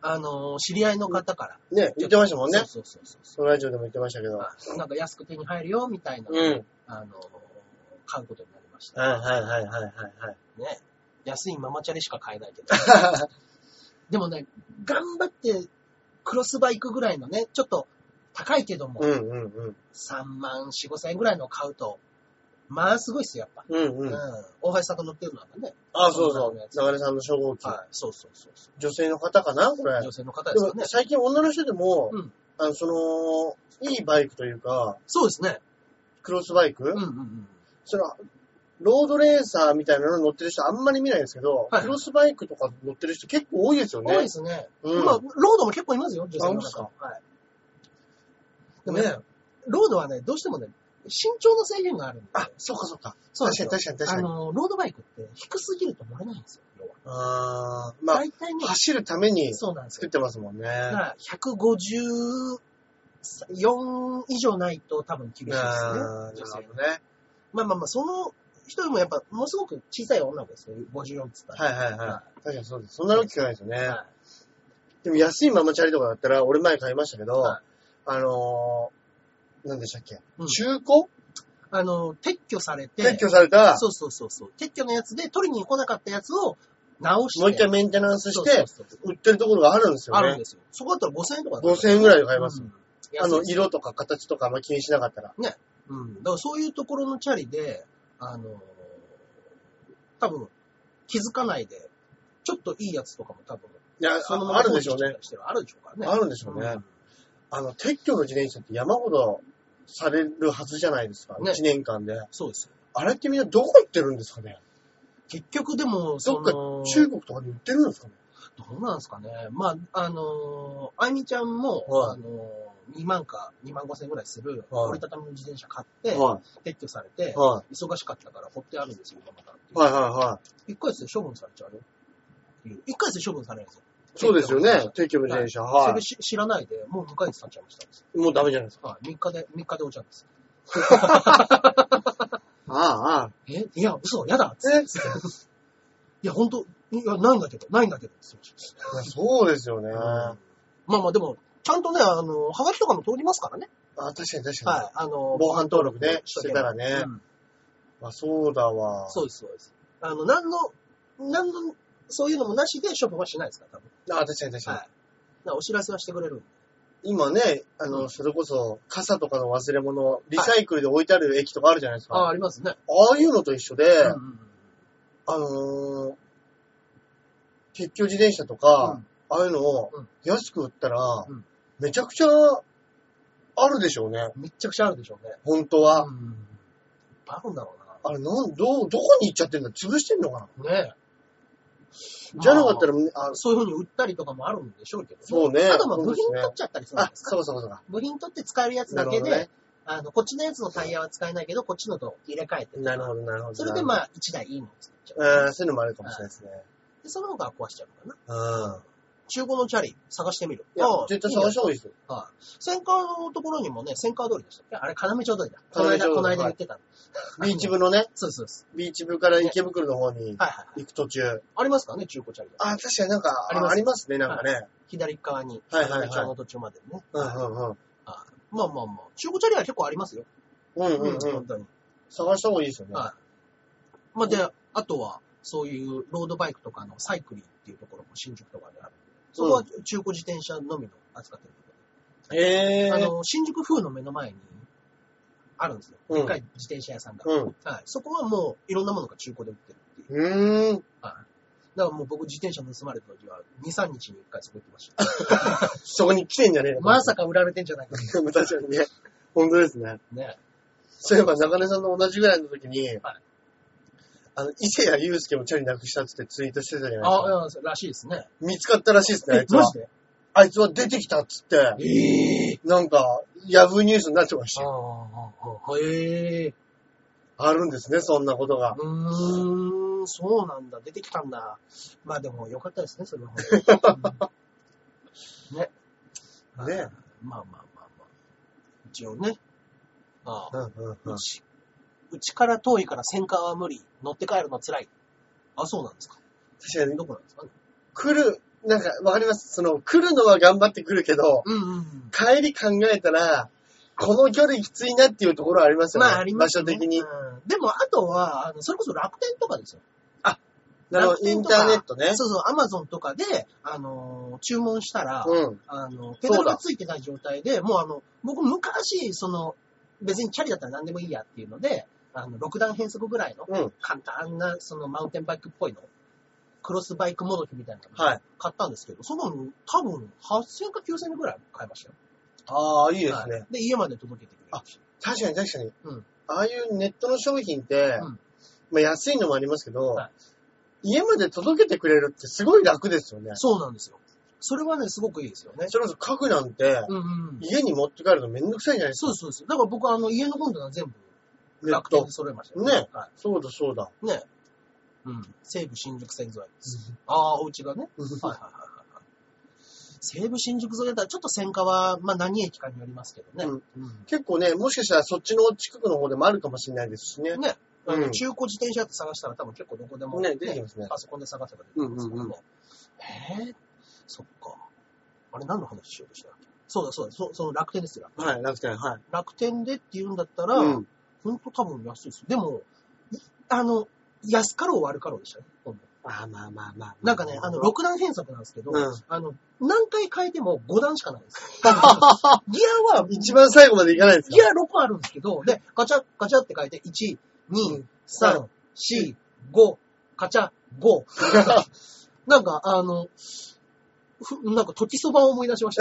あのー、知り合いの方から。 ね、言ってましたもんね。 そうそうそうそう。 そのラジオでも言ってましたけど。 なんか安く手に入るよ、みたいな。 うん。 あのー、買うことになりました。 はいはいはいはいはい。 ね。安いママチャリしか買えないけど。でもね、頑張ってクロスバイクぐらいのね、ちょっと高いけども、 うんうんうん、 さんまんよん、ごせん円ぐらいの買うと、まあすごいっすよ、やっぱ。 うんうん。うん、 大橋さんが乗ってるのはね。 ああ、そうそう。長根さんの初号機。 はい、そうそうそうそう。 女性の方かなこれ。 女性の方ですかね。 最近女の人でも、うん、あの、その、いいバイクというか、 そうですね。 クロスバイク、うんうんうん、そのロードレーサーみたいなの乗ってる人あんまり見ないですけど、はい、クロスバイクとか乗ってる人結構多いですよね。 多いですね。うん。まあ、ロードも結構いますよ、女性の方。はい。でもね、ね、ロードはね、どうしてもね、身長の制限があるんで。 あ、そうかそうか。 そう確かに確かに確かに。 あの、ロードバイクって低すぎると乗れないんですよ、要は。あー、まあ、大体ね、走るために作ってますもんね。だからひゃくごじゅうよん以上ないと多分厳しいですね。 女性のね。 まあまあまあ、その人よりもやっぱ、ものすごく小さい女の子ですよ。ごじゅうよんって言ったら。はいはいはい。はい、確かにそうです。そんなの聞かないですよね。はい、でも安いママチャリとかだったら、俺前買いましたけど、はい、あのー、何でしたっけ、うん、中古あの、撤去されて。 撤去された。 そうそうそうそう。撤去のやつで取りに来なかったやつを直して。 もう一回メンテナンスして、売ってるところがあるんですよね。 あるんですよ。そこだったらごせんえんとかだったら。ごせんえんぐらいで買います。うん、あの、色とか形とかあんま気にしなかったら。 ね。うん。だからそういうところのチャリで、あのー、多分、気づかないで、ちょっといいやつとかも多分、 いや、そのままあるんでしょうね。 あるでしょうからね。 あるんでしょうね。うん、あの、撤去の自転車って山ほどされるはずじゃないですか。ね、いちねんかんで。 そうですよ。 あれってみんなどこ行ってるんですかね。 結局でも、 どっか中国とかに売ってるんですかね。 どうなんですかね。まあ、あのー、あいみちゃんも、はい、あのー、にまんかにまんごせんぐらいする折りたたみの自転車買って、はい、撤去されて、はい、忙しかったから放ってあるんですよ、今また。 はいはいはい。 一ヶ月で処分されちゃうよ。一ヶ月で処分されるんですよ。 そうですよね、撤去の自転車。はい。 それし知らないで、もうにかげつ経っちゃいました。 もうダメじゃないですか。 はい。みっかで、みっかで落ちちゃうんです。 ああ、ああ。 えいや、嘘、やだえいや、ほんと、いや、ないんだけど、ないんだけど。 そうですよね、うん。まあまあでも、ちゃんとね、あの、はがきとかも通りますからね。 あ確かに確かに。 はい。あの、 防犯登録ね、してたらね。うん、まあそうだわ。 そうです、そうです。あの、なんの、なんの、そういうのもなしで処分はしないですから、多分。 ああ、確かに確かに。はい。 お知らせはしてくれるんで。 今ね、あの、うん、それこそ、傘とかの忘れ物、リサイクルで置いてある駅とかあるじゃないですか。 はい、ああ、ありますね。 ああいうのと一緒で、うんうんうん、あのー、撤去自転車とか、うん、ああいうのを安く売ったら、うん、めちゃくちゃあるでしょうね。 めちゃくちゃあるでしょうね。 本当は。 うん、あるんだろうな。 あれ、なん、どう、どこに行っちゃってんだ？潰してんのかな？ねえ。 じゃなかったら、 あそういう風に売ったりとかもあるんでしょうけど、ね。 そうね。 ただまあ部品取っちゃったりするんですか、 ね、あ、そうそうそう。 部品取って使えるやつだけで、ね、あの、こっちのやつのタイヤは使えないけど、こっちのと入れ替えて。 なるほど、なるほど。 それでまあ、一台いいのを作っちゃう、 ね。ああ、そういうのもあるかもしれないですね。 で、その方が壊しちゃうのかな。うん。 中古のチャリ、探してみる。 いや、絶対探した方がいいですよ。 はい。千川のところにもね、千川通りでしたっけ？あれ、金目町通りだ。この間、この間言ってたの。 ビーチ部のね。 そうそうそう。 ビーチ部から池袋の方に行く途中。はいはいはい、ありますかね、中古チャリ。 あ、確かになんか、あります、ありますね、なんかね。はい、 左側に、 はいはいはい。 金目町の途中までね。 うんうんうん。 あまあまあまあ、中古チャリは結構ありますよ。 うんうんうん。本当に。探した方がいいですよね。はい。 まあ、で、あとは、そういうロードバイクとかのサイクリーっていうところも新宿とかである。そこは中古自転車のみの扱ってるところで。 へー。 あの、新宿風の目の前にあるんですよ。でっかい自転車屋さんが。うん。はい。そこはもういろんなものが中古で売ってるっていう。 うーん。はい。 だからもう僕自転車盗まれた時はに、さんにちにいっかいそこ行ってました。 そこに来てんじゃねえのまさか売られてんじゃないか。 確かにね。本当ですね。 ね。 そういえば中根さんと同じぐらいの時に、はい。あの、伊勢谷友介もチャリなくしたっつってツイートしてたじゃないですか。 ああ、らしいですね。 見つかったらしいですね、あいつは。 マジで？ あいつは出てきたっつって、 えー、 なんか、ヤフーニュースになってました。 ああ、へえ。 あるんですね、そんなことが。 うーん、そうなんだ。出てきたんだ。まあでもよかったですね、それは。うん、ね。 ね。まあまあまあまあ。一応ね。ああ、 うんうんうん、 うち、うちから遠いから戦火は無理。乗って帰るの辛い。あ、そうなんですか。 確かに。 どこなんですかね。 来る、 なんか、わかります。その、来るのは頑張って来るけど、 うんうんうん、 帰り考えたら、この距離きついなっていうところはありますよね。 まあ、ありますね。 場所的に。うん、 でも、あとは、あの、それこそ楽天とかですよ。 あ、なるほど、インターネットね。 そうそう、アマゾンとかで、あのー、注文したら、うん、あの、ペダルがついてない状態で、もうあの、僕昔、その、別にチャリだったら何でもいいやっていうので、あの、ろく段変速ぐらいの、簡単な、その、マウンテンバイクっぽいの、クロスバイクもどきみたいなのを買ったんですけど、はい、その、多分、はっせんかきゅうせんえんぐらい買いましたよ。 ああ、いいですね、はい。 で、家まで届けてくれる。 あ、確かに確かに。うん。ああいうネットの商品って、うん、まあ安いのもありますけど、はい、家まで届けてくれるってすごい楽ですよね。 そうなんですよ。それはね、すごくいいですよね。 それこそ家具なんて、うんうん、家に持って帰るのめんどくさいじゃないですか。 そうです、そうです。だから僕はあの、家の本棚全部、楽天で揃えましたね。ね、はい。そうだ、そうだ。 ね。うん。西武新宿線沿いです。うん、ああ、お家がね。はいはいはいはい。西武新宿沿いだったらちょっと線化は、まあ何駅かによりますけどね、うんうん。結構ね、もしかしたらそっちの近くの方でもあるかもしれないですしね。 ね。うん、中古自転車って探したら多分結構どこでも、 ね、出てきますね。 パソコンで探せば出てきますからね。うんうんうん、へぇ、そっか。あれ何の話しようとしたっけ？そうだそうだ、そ, その楽天ですよ。 はい、楽天、はい。 楽天でって言うんだったら、うん、ほんと多分安いですよ。でも、あの、安かろう悪かろうでしたね。 ああ、まあまあまあ。 なんかね、あの、ろく段変速なんですけど、うん、あの、何回変えてもご段しかないんですよ。ギアは、 一番最後までいかないんですか？ ギアろくあるんですけど、で、ガチャ、ガチャって変えて、いち、に、さん、よん、ご、ガチャ、ご。なんか、あの、ふなんか、時そばを思い出しました。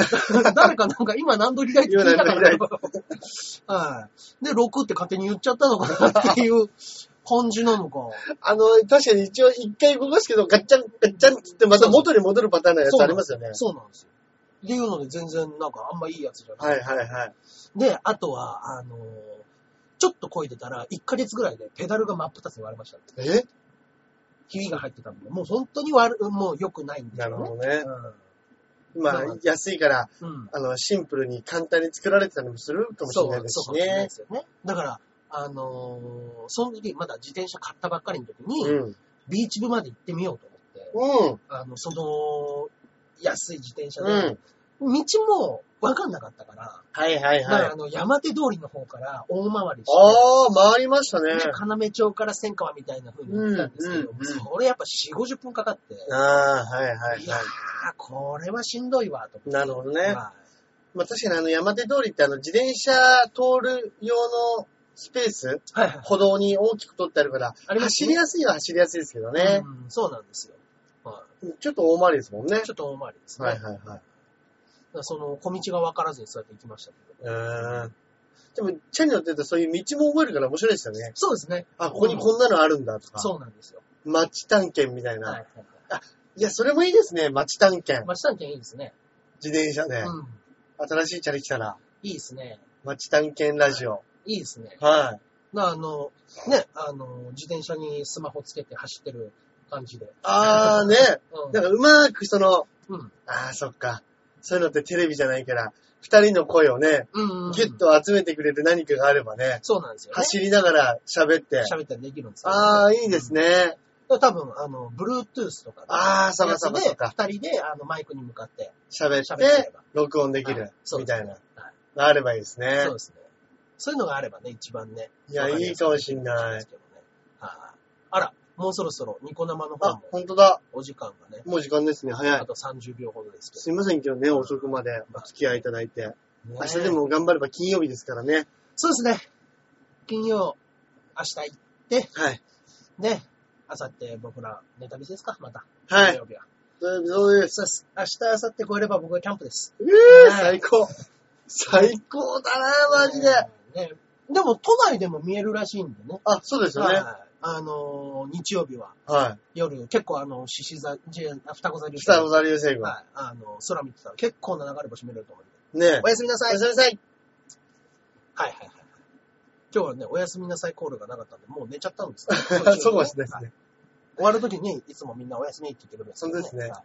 誰かなんか、今何度リ台って聞いたから。はい。で、ろくって勝手に言っちゃったのかなっていう感じなのか。 あの、確かに一応一回動かすけど、ガッチャン、ガッチャンって言ってまた元に戻るパターンのやつありますよね。 そうなんですよ。っていうので全然なんかあんまいいやつじゃない。 はいはいはい。 で、あとは、あのー、ちょっと漕いでたら、いっかげつぐらいでペダルが真っ二つに割れました。 え？ ひびが入ってたんで、もう本当に悪、もう良くないんですよね。 なるほどね。うん、まあ、安いから、うん、あの、シンプルに簡単に作られてたりもするかもしれないですしね。そう、そうかもしれないですよね。だから、あのー、その時まだ自転車買ったばっかりの時に、うん、ビーチ部まで行ってみようと思って、うん、あの、その、安い自転車で、うん、道も分かんなかったから、 はいはいはい。だからあの、山手通りの方から大回りして、 ああ、回りましたね。 で、要町から千川みたいな風に行ったんですけど、うんうんうん、それやっぱよん、ごじゅっぷんかかって、 ああ、はいはいはい。 いやー、これはしんどいわ、と思って。 なるほどね。まあ、まあ、確かにあの、山手通りってあの、自転車通る用のスペース、はいはい、歩道に大きく取ってあるから、ね、走りやすいは走りやすいですけどね。 うん、そうなんですよ。 まあ、ちょっと大回りですもんね。 ちょっと大回りですね。 はいはいはい。 その、小道が分からずにそうやって行きましたけど。 えー、でも、チャリ乗ってるとそういう道も覚えるから面白いですよね。 そうですね。 あ、ここにこんなのあるんだとか。 そうなんですよ。 街探検みたいな。はいはいはい、あ、いや、それもいいですね、街探検。 街探検いいですね。 自転車で。うん。新しいチャリ来たら。 いいですね。 街探検ラジオ。はいいいですね。 はい。 あの、ね、あの、自転車にスマホつけて走ってる感じで。 あーね。うん、だからうまくその、うん、あーそっか。そういうのってテレビじゃないから、二人の声をね、うんうんうん、ギュッと集めてくれる何かがあればね。 そうなんですよ、ね。 走りながら喋って。 喋ったりできるんですよ、 ね。あー、いいですね。 うん、多分、あの、Bluetooth とか、ね。 あー、そうかそうかそうか。 二人で、あの、マイクに向かって喋って、録音できる。みたいな。はい、があればいいですね。 そうですね。そういうのがあればね、一番ね。 いや、いいかもしんない。 あら、もうそろそろニコ生の方も。 あ、ほんとだ。 お時間がね。 もう時間ですね、早い。 あとさんじゅうびょうほどですけど。 すいません、今日ね、遅くまでお付き合いいただいて。ね、明日でも頑張れば金曜日ですからね。 そうですね。金曜、明日行って。 はい。 ね、明後日僕らネタ見せですか、また。 はい。金曜日は。そうです。 そうです。明日、明後日超えれば僕はキャンプです。 ええー、最高。最高だな、マジで。 ね、でも、都内でも見えるらしいんでね。 あ、そうですよね。はい、 あのー、日曜日は。 はい。 夜、結構あの、獅子座、双子座流星群。 双子座流星群。 はい。あの、空見てたら結構な流れ星見れると思うんで。ねえ。 おやすみなさい。 おやすみなさい。 はいはいはい。今日はね、おやすみなさいコールがなかったんで、もう寝ちゃったんですけど。そうかもしれないですね、はい。 終わるときに、いつもみんなおやすみって言ってくるんですけど、ね。そうですね。はい、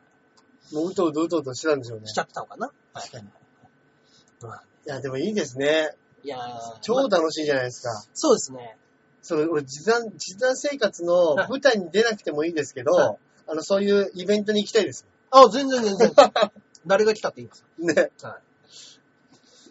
もううとうとうとうとしてたんでしょうね。 しちゃってたのかな。 確かに。はい、いや、でもいいですね。 いや超楽しいじゃないですか。まあ、 そうですね。 その、俺、実弾、実弾生活の舞台に出なくてもいいですけど、はい、あの、そういうイベントに行きたいです。 あ、全然全然。誰が来たっていいんですか？ ね。 はい。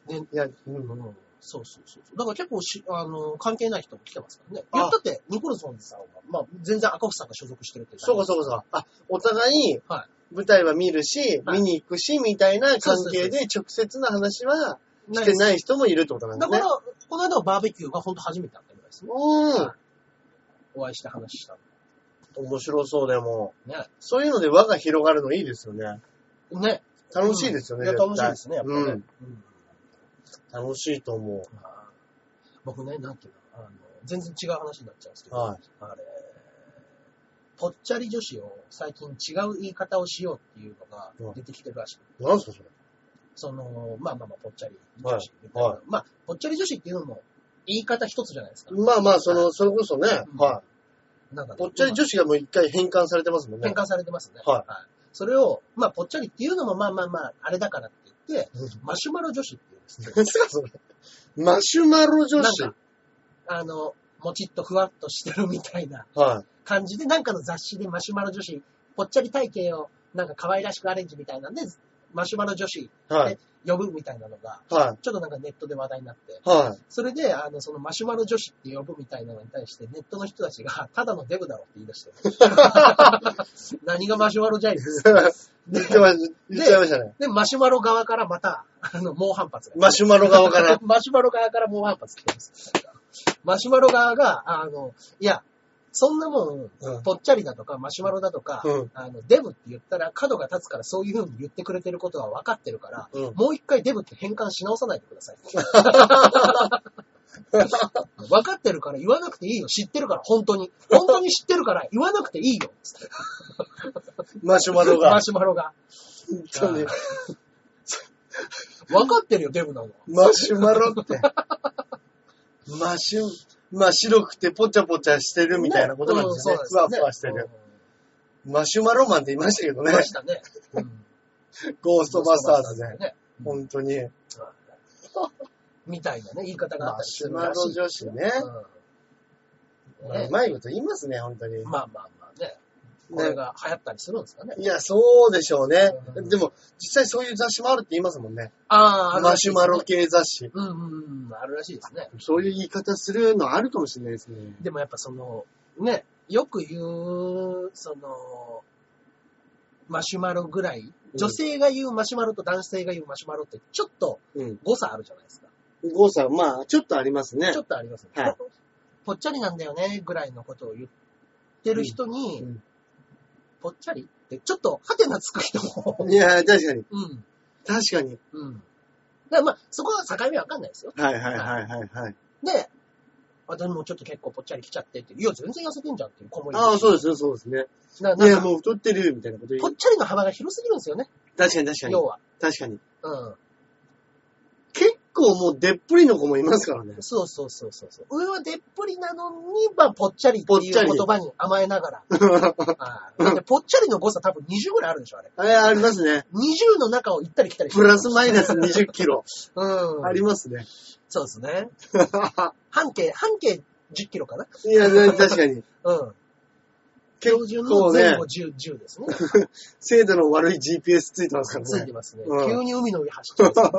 ね、いや、うん、うん。そうそうそう。だから結構し、あの、関係ない人も来てますからね。いや、だって、ニコルソンさんは、まあ、全然赤星さんが所属してるっていう。 そうかそうかそうか。あ、お互い、舞台は見るし、はい、見に行くし、みたいな関係で直接の話はしてない人もいるってことなんですね。 だから、この間のバーベキューが本当初めて会ったみたいですね。うん、はい。お会いして話した。 面白そうでも。ね。そういうので輪が広がるのいいですよね。 ね。 楽しいですよね。 うん、いや、楽しいですね、やっぱりね。うんうん楽しいと思う。 僕ね、なんていうの、あの、全然違う話になっちゃうんですけど、はい、あれ、ぽっちゃり女子を最近違う言い方をしようっていうのが出てきてるらしい。 なんすかそれ？ その、まあまあまあ、ぽっちゃり女子みたいな。はいはい、まあ、ぽっちゃり女子っていうのも言い方一つじゃないですか。 まあまあ、その、それこそね、うん、はい。なんかね、ぽっちゃり女子がもう一回変換されてますもんね。 変換されてますね。 はい。はい、 それを、まあ、ぽっちゃりっていうのもまあまあまあ、あれだからって言って、マシュマロ女子って言うんですよ。 何すかそれ？マシュマロ女子なんかあの、もちっとふわっとしてるみたいな感じで、はい、なんかの雑誌でマシュマロ女子、ぽっちゃり体型をなんか可愛らしくアレンジみたいなんで、マシュマロ女子で呼ぶみたいなのが、はい、ちょっとなんかネットで話題になって、はい、それで、あの、そのマシュマロ女子って呼ぶみたいなのに対して、ネットの人たちが、ただのデブだろって言い出してる。何がマシュマロじゃいですか。 言ってました。言っちゃいましたね。 で、マシュマロ側からまた、あの、猛反発が。 マシュマロ側からマシュマロ側から猛反発来てます。マシュマロ側が、あの、いや、そんなもん、うん、ぽっちゃりだとか、マシュマロだとか、うん、あの、デブって言ったら角が立つからそういう風に言ってくれてることは分かってるから、うん、もう一回デブって変換し直さないでください。分かってるから言わなくていいよ。知ってるから、本当に。本当に知ってるから言わなくていいよ。 マシュマロが。 マシュマロが。本当に。分かってるよ、デブなの。 マシュマロって。マシュ、まあ白くてぽちゃぽちゃしてるみたいなことなんですね。ふわふわしてる。マシュマロマンって言いましたけどね。 いましたね。うん、 ゴーストバスターズで。ね、本当に。 みたいなね、言い方があったりするらしい。 マシュマロ女子ね。うんまあ、うまいこと言いますね、本当に。 まあまあまあね。これが流行ったりするんですかね。 いや、そうでしょうね。うん、でも、実際そういう雑誌もあるって言いますもんね。 ああ、 マシュマロ系雑誌。 うんうんうん、あるらしいですね。 そういう言い方するのあるかもしれないですね。 でもやっぱその、ね、よく言う、その、マシュマロぐらい、女性が言うマシュマロと男性が言うマシュマロってちょっと誤差あるじゃないですか。 うん、誤差、まあ、ちょっとありますね。 ちょっとありますね。はい、ぽっちゃりなんだよね、ぐらいのことを言ってる人に、うんうんぽっちゃりってちょっとハテナつく人も。 いや、確かに。 うん。 確かに。 うん。だからまあ、そこは境目わかんないですよ。 はいはいはいはい、はい。 で、私もちょっと結構ぽっちゃり来ちゃってって、いや、全然痩せてんじゃんっていう子もいる。 ああ、そうですね、そうですね。いや、もう太ってるみたいなこと言う。 ぽっちゃりの幅が広すぎるんですよね。 確かに確かに。 要は。 確かに。 うん。 結構もうでっぷりの子もいますからね。 そうそうそうそう。上はでっぷりなのに、まあ、ぽっちゃりっていう言葉に甘えながら。だってぽっちゃりの誤差多分にじゅうぐらいあるでしょ、あれ。 あれ、ありますね。 にじゅうの中を行ったり来たりしてプラスマイナスにじゅっキロ。 うん。 ありますね。 そうですね。半径、半径じゅっキロかな。 いや、確かに。 うん。標準の前後じゅう、じゅうですね。 精度の悪い ジーピーエス ついてますからね。 ついてますね。うん、急に海の上走ってます。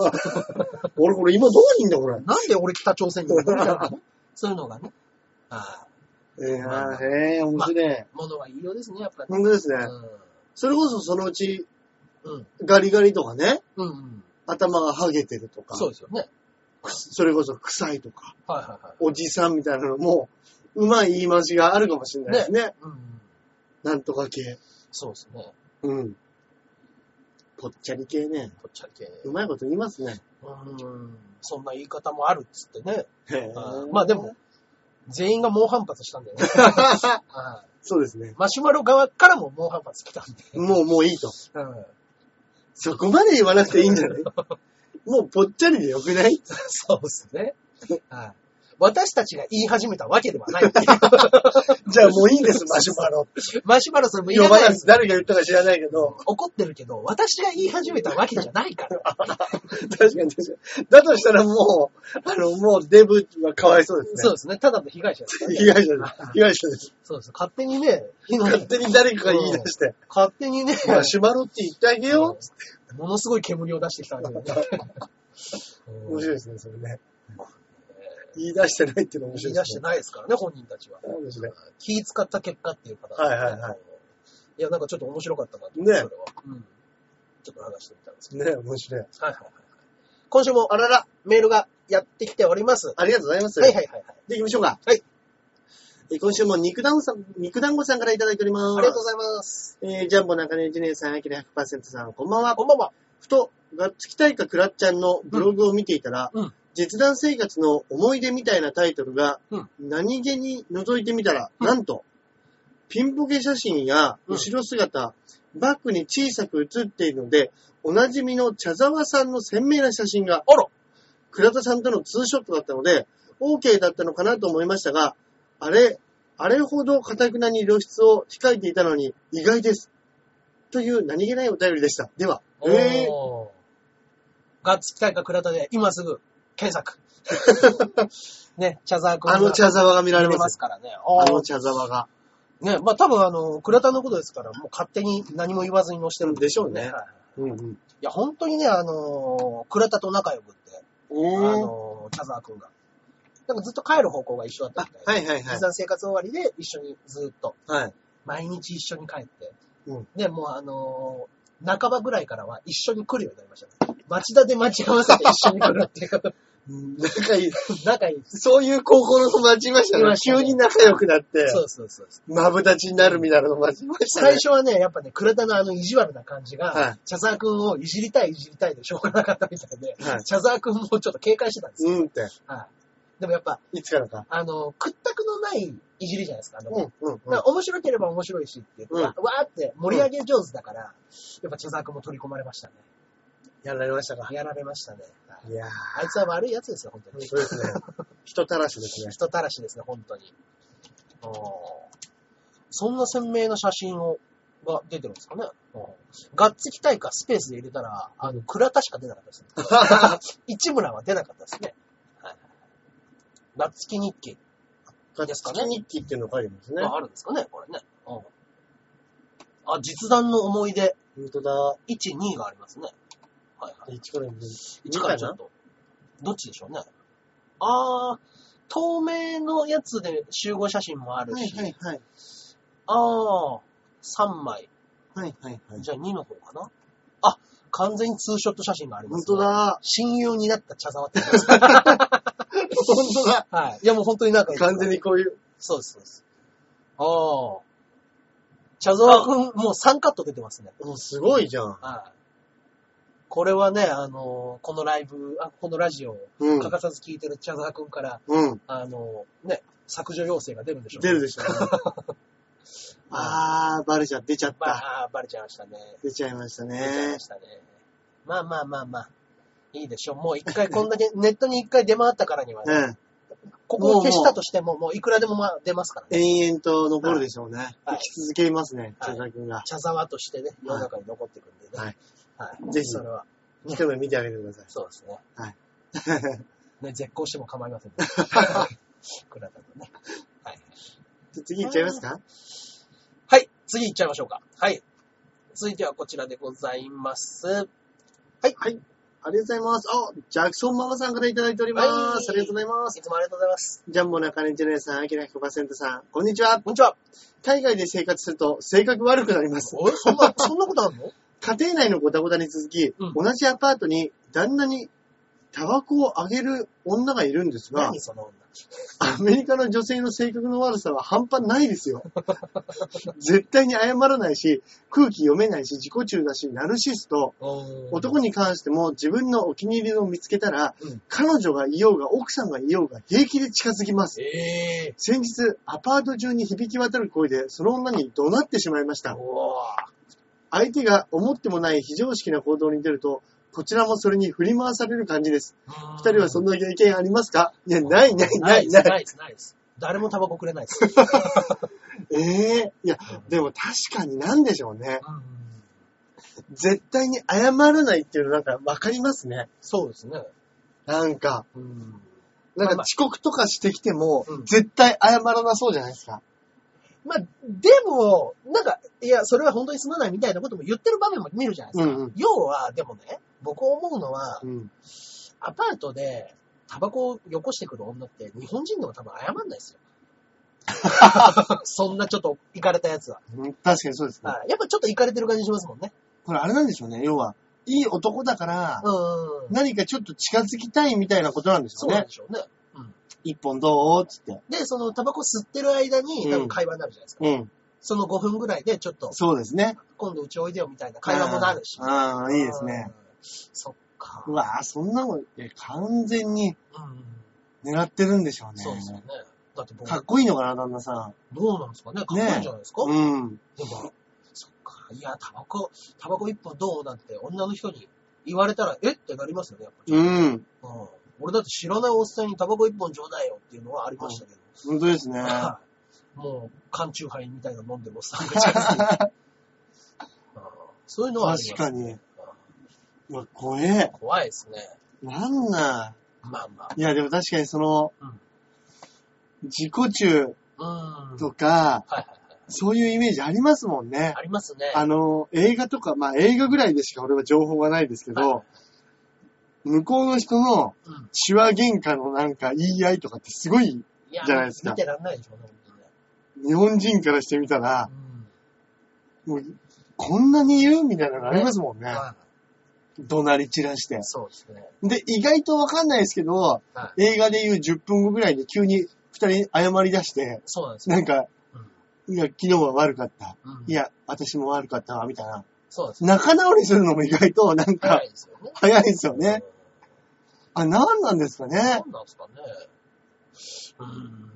俺これ今どこにいんだこれ。 なんで俺北朝鮮にいるのそういうのがね。ああ。 えー、まあ、へえ、面白い。 まあ、物はいいようですね、やっぱり、 本当ですね。うん、それこそそのうち、うん、ガリガリとかね、うんうん、頭がハゲてるとか。 そうですよね。 それこそ臭いとか、 はいはいはい、 おじさんみたいなのも、うまい言い回しがあるかもしれないですね。ねうんなんとか系。 そうですね。 うん。ぽっちゃり系ね。 ぽっちゃり系。 うまいこと言いますね。 うーん。そんな言い方もあるっつってね。へーまあでも、全員が猛反発したんだよね。 そうですね。 マシュマロ側からも猛反発来たんで。 もう、もういいと。うん、そこまで言わなくていいんじゃないもうぽっちゃりでよくないそうですね。はい。 私たちが言い始めたわけではない。 じゃあもういいんです、マシュマロ。 マシュマロそれも言わないです。 誰が言ったか知らないけど。 怒ってるけど、私が言い始めたわけじゃないから。 確かに確かに。だとしたらもう、あの、もうデブはかわいそうですね。 そうですね。ただの被害者です、ね。 被害者です。被害者です。 そうです。勝手にね、 勝手に誰かが言い出して。 勝手にね、 マシュマロって言ってあげよう。ものすごい煙を出してきたわけだね。 面白いですね、それね。言い出してないっていうの面白いですね。 言い出してないですからね、本人たちは。 そうですね。 気使った結果っていう形で、ね。はいはいはい。 いや、なんかちょっと面白かったなと。 ね。 それは。うん。ちょっと話してみたんですけど。 ね、面白い。はいはいはい。今週も、あらら、メールがやってきております。 ありがとうございます。 はいはいはい。 で、行きましょうか。 はい。 今週も肉団子さん、肉団子さんからいただいております。 ありがとうございます。 えー、ジャンボ中根いちねんさん、アキラ ひゃくパーセント さん、こんばんは。 こんばんは。 ふと、がっつき大かクラッちゃんのブログを見ていたら、うん、実弾生活の思い出みたいなタイトルが、うん、何気に覗いてみたら、うん、なんと、ピンボケ写真や後ろ姿、うん、バックに小さく写っているので、おなじみの茶沢さんの鮮明な写真が、あら、倉田さんとのツーショットだったので、OK だったのかなと思いましたが、あれ、あれほど堅くなに露出を控えていたのに意外です。という何気ないお便りでした。では。 えー、ガッツキ大会倉田で今すぐ検索。ね、茶沢くんが。 あの茶沢が見られます。 見れますからね。 あの茶沢が。 ね、まあ多分あの、倉田のことですから、もう勝手に何も言わずに載せてるんでしょうね。 はいうんうん、 いや、本当にね、あのー、倉田と仲良くって、あのー、茶沢くんが。なんかずっと帰る方向が一緒だったみたいで。 はいはいはい。 実際生活終わりで一緒にずっと。 はい。 毎日一緒に帰って。 うん。 で、もうあのー、半ばぐらいからは一緒に来るようになりましたね。町田で待ち合わせて一緒に来るっていう。 仲いい。 仲いい。 そういう高校の友達いましたね。急に仲良くなって。 そうそうそう。 マブダチになるみたいな友達いましたね。 最初はね、やっぱね、倉田のあの意地悪な感じが、はい、茶沢くんをいじりたいいじりたいでしょうがなかったみたいで、はい、茶沢くんもちょっと警戒してたんですよ。 うんって。 はい。でもやっぱ、 いつからか。 あの、屈託のないいじりじゃないですか。あの、 うんうんうん、 だから面白ければ面白いしっていう、うん、わーって盛り上げ上手だから、やっぱ茶沢くんも取り込まれましたね。 やられましたか？ やられましたね。 いやー。 あいつは悪いやつですよ、本当に。 そうですね。人たらしですね。 人たらしですね、本当に。そんな鮮明な写真を、が出てるんですかね。ガッツキ大会スペースで入れたら、あの、倉田しか出なかったですね。市村は出なかったですね。はい、ガッツキ日記ですかね。 ガッツキ日記っていうのがあるんですね。 あ、あるんですかね、これね。うん、あ、実弾の思い出。 本当だ。 いち、にがありますね。はいはい。 いちからに。 いちからちょっと。どっちでしょうね。あー、透明のやつで集合写真もあるし。 はいはいはい。 あー、さんまい。 はいはいはい。 じゃあにの方かな。あ、完全にツーショット写真があります、 ね。本当だ。 親友になった茶沢って言います。 本当だ。 はい。いやもう本当になんか。 完全にこういう。 そうです、そうです。あー。茶沢くん、もうさんカット出てますね。 もうすごいじゃん。 はい。これはね、あのー、このライブ、あ、このラジオを欠かさず聞いてる茶沢くんから、 うん、 あのー、ね、削除要請が出るんでしょうね。出るでしょうね。あー、バレちゃ、出ちゃった。 あー、バレちゃいましたね。 出ちゃいましたね。 出ちゃいましたね。まあまあまあまあ、いいでしょう。もう一回こんだけ、ネットに一回出回ったからにはね、うん、ここを消したとしても、もういくらでもまあ出ますからね。延々と残るでしょうね。はい、生き続けますね、茶沢くんが。 茶沢としてね、世の中に残っていくんでね。 はい。 はい。 ぜひ、 それは。 一目見てあげてください。 そうですね。 はい。 ね、絶交しても構いませんね。倉田とね。はい。 じゃ次行っちゃいますか？ はい。次行っちゃいましょうか。はい。続いてはこちらでございます。はい。 はい。ありがとうございます。あ、ジャクソンママさんからいただいております。はい、ありがとうございます。 いつもありがとうございます。 ジャンボ中根ジェネさん、アキラ ひゃくパーセント さん、こんにちは。 こんにちは。 海外で生活すると性格悪くなります。 おい、そんな、そんなことあるの？ 家庭内のごたごたに続き、うん、同じアパートに旦那にタバコをあげる女がいるんですが、 何その女。 アメリカの女性の性格の悪さは半端ないですよ。絶対に謝らないし、空気読めないし、自己中だし、ナルシスト。男に関しても自分のお気に入りを見つけたら、うん、彼女がいようが奥さんがいようが平気で近づきます。 えー、 先日、アパート中に響き渡る声でその女に怒鳴ってしまいました。相手が思ってもない非常識な行動に出ると、 こちらもそれに振り回される感じです。二人はそんな経験ありますか？いや、ないないないない。 ないです、ないです。誰もタバコくれないです。 ええー、いや、でも確かになんでしょうね。うん、絶対に謝らないっていうのなんかわかりますね。 そうですね。 なんか、うん、なんか遅刻とかしてきても、まあまあ、絶対謝らなそうじゃないですか。 まあ、でも、なんか、いや、それは本当にすまないみたいなことも言ってる場面も見るじゃないですか。うんうん、要は、でもね、僕思うのは、うん、アパートでタバコをよこしてくる女って日本人でも多分謝んないですよ。そんなちょっとイカれたやつは。 確かにそうですね。 やっぱちょっとイカれてる感じしますもんね。 これあれなんでしょうね。要は、いい男だから、うん、何かちょっと近づきたいみたいなことなんでしょうね。そうなんでしょうね。うん、一本どうつって。 で、そのタバコ吸ってる間に多分会話になるじゃないですか。うん。そのごふんぐらいでちょっと。 そうですね。 今度うちおいでよみたいな会話もなるし。 ああ、いいですね。 そっか。 うわぁ、そんなの、完全に狙ってるんでしょうね。 そうですよね。 だってかっこいいのかな、旦那さん。 どうなんですかね。かっこいいんじゃないですか。ね、うん。でも、そっか。いや、タバコ、タバコ一本どうなんて女の人に言われたら、えってなりますよね、やっぱり。うん。うん。俺だって知らないおっさんにタバコ一本ちょうだいよっていうのはありましたけど。 うん、本当ですね。 もう、缶チューハイみたいなの飲んでもさ、めちゃくちゃ。そういうのはあります、ね。 確かに。うわ、怖え。 怖いですね。 なんな。 まあまあ。 いや、でも確かにその、うん、自己中とか、はいはいはい、そういうイメージありますもんね。 ありますね。 あの、映画とか、まあ映画ぐらいでしか俺は情報がないですけど、はいはいはい、向こうの人の手話喧嘩のなんか言い合いとかってすごいじゃないですか。 見てらんないでしょうね。 日本人からしてみたら、うん、もうこんなに言うみたいなのありますもんね。はい、怒鳴り散らして。 そうですね。 で、意外とわかんないですけど、はい、映画で言うじゅっぷんごぐらいで急に二人謝り出して、 そうなんですよ。 なんか、うん、いや、昨日は悪かった。うん、いや、私も悪かったわ、みたいな。 そうです、ね。 仲直りするのも意外となんか、 早いですよね。 早いですよね。あ、なんなんですかね。 なんなんですかね。うん。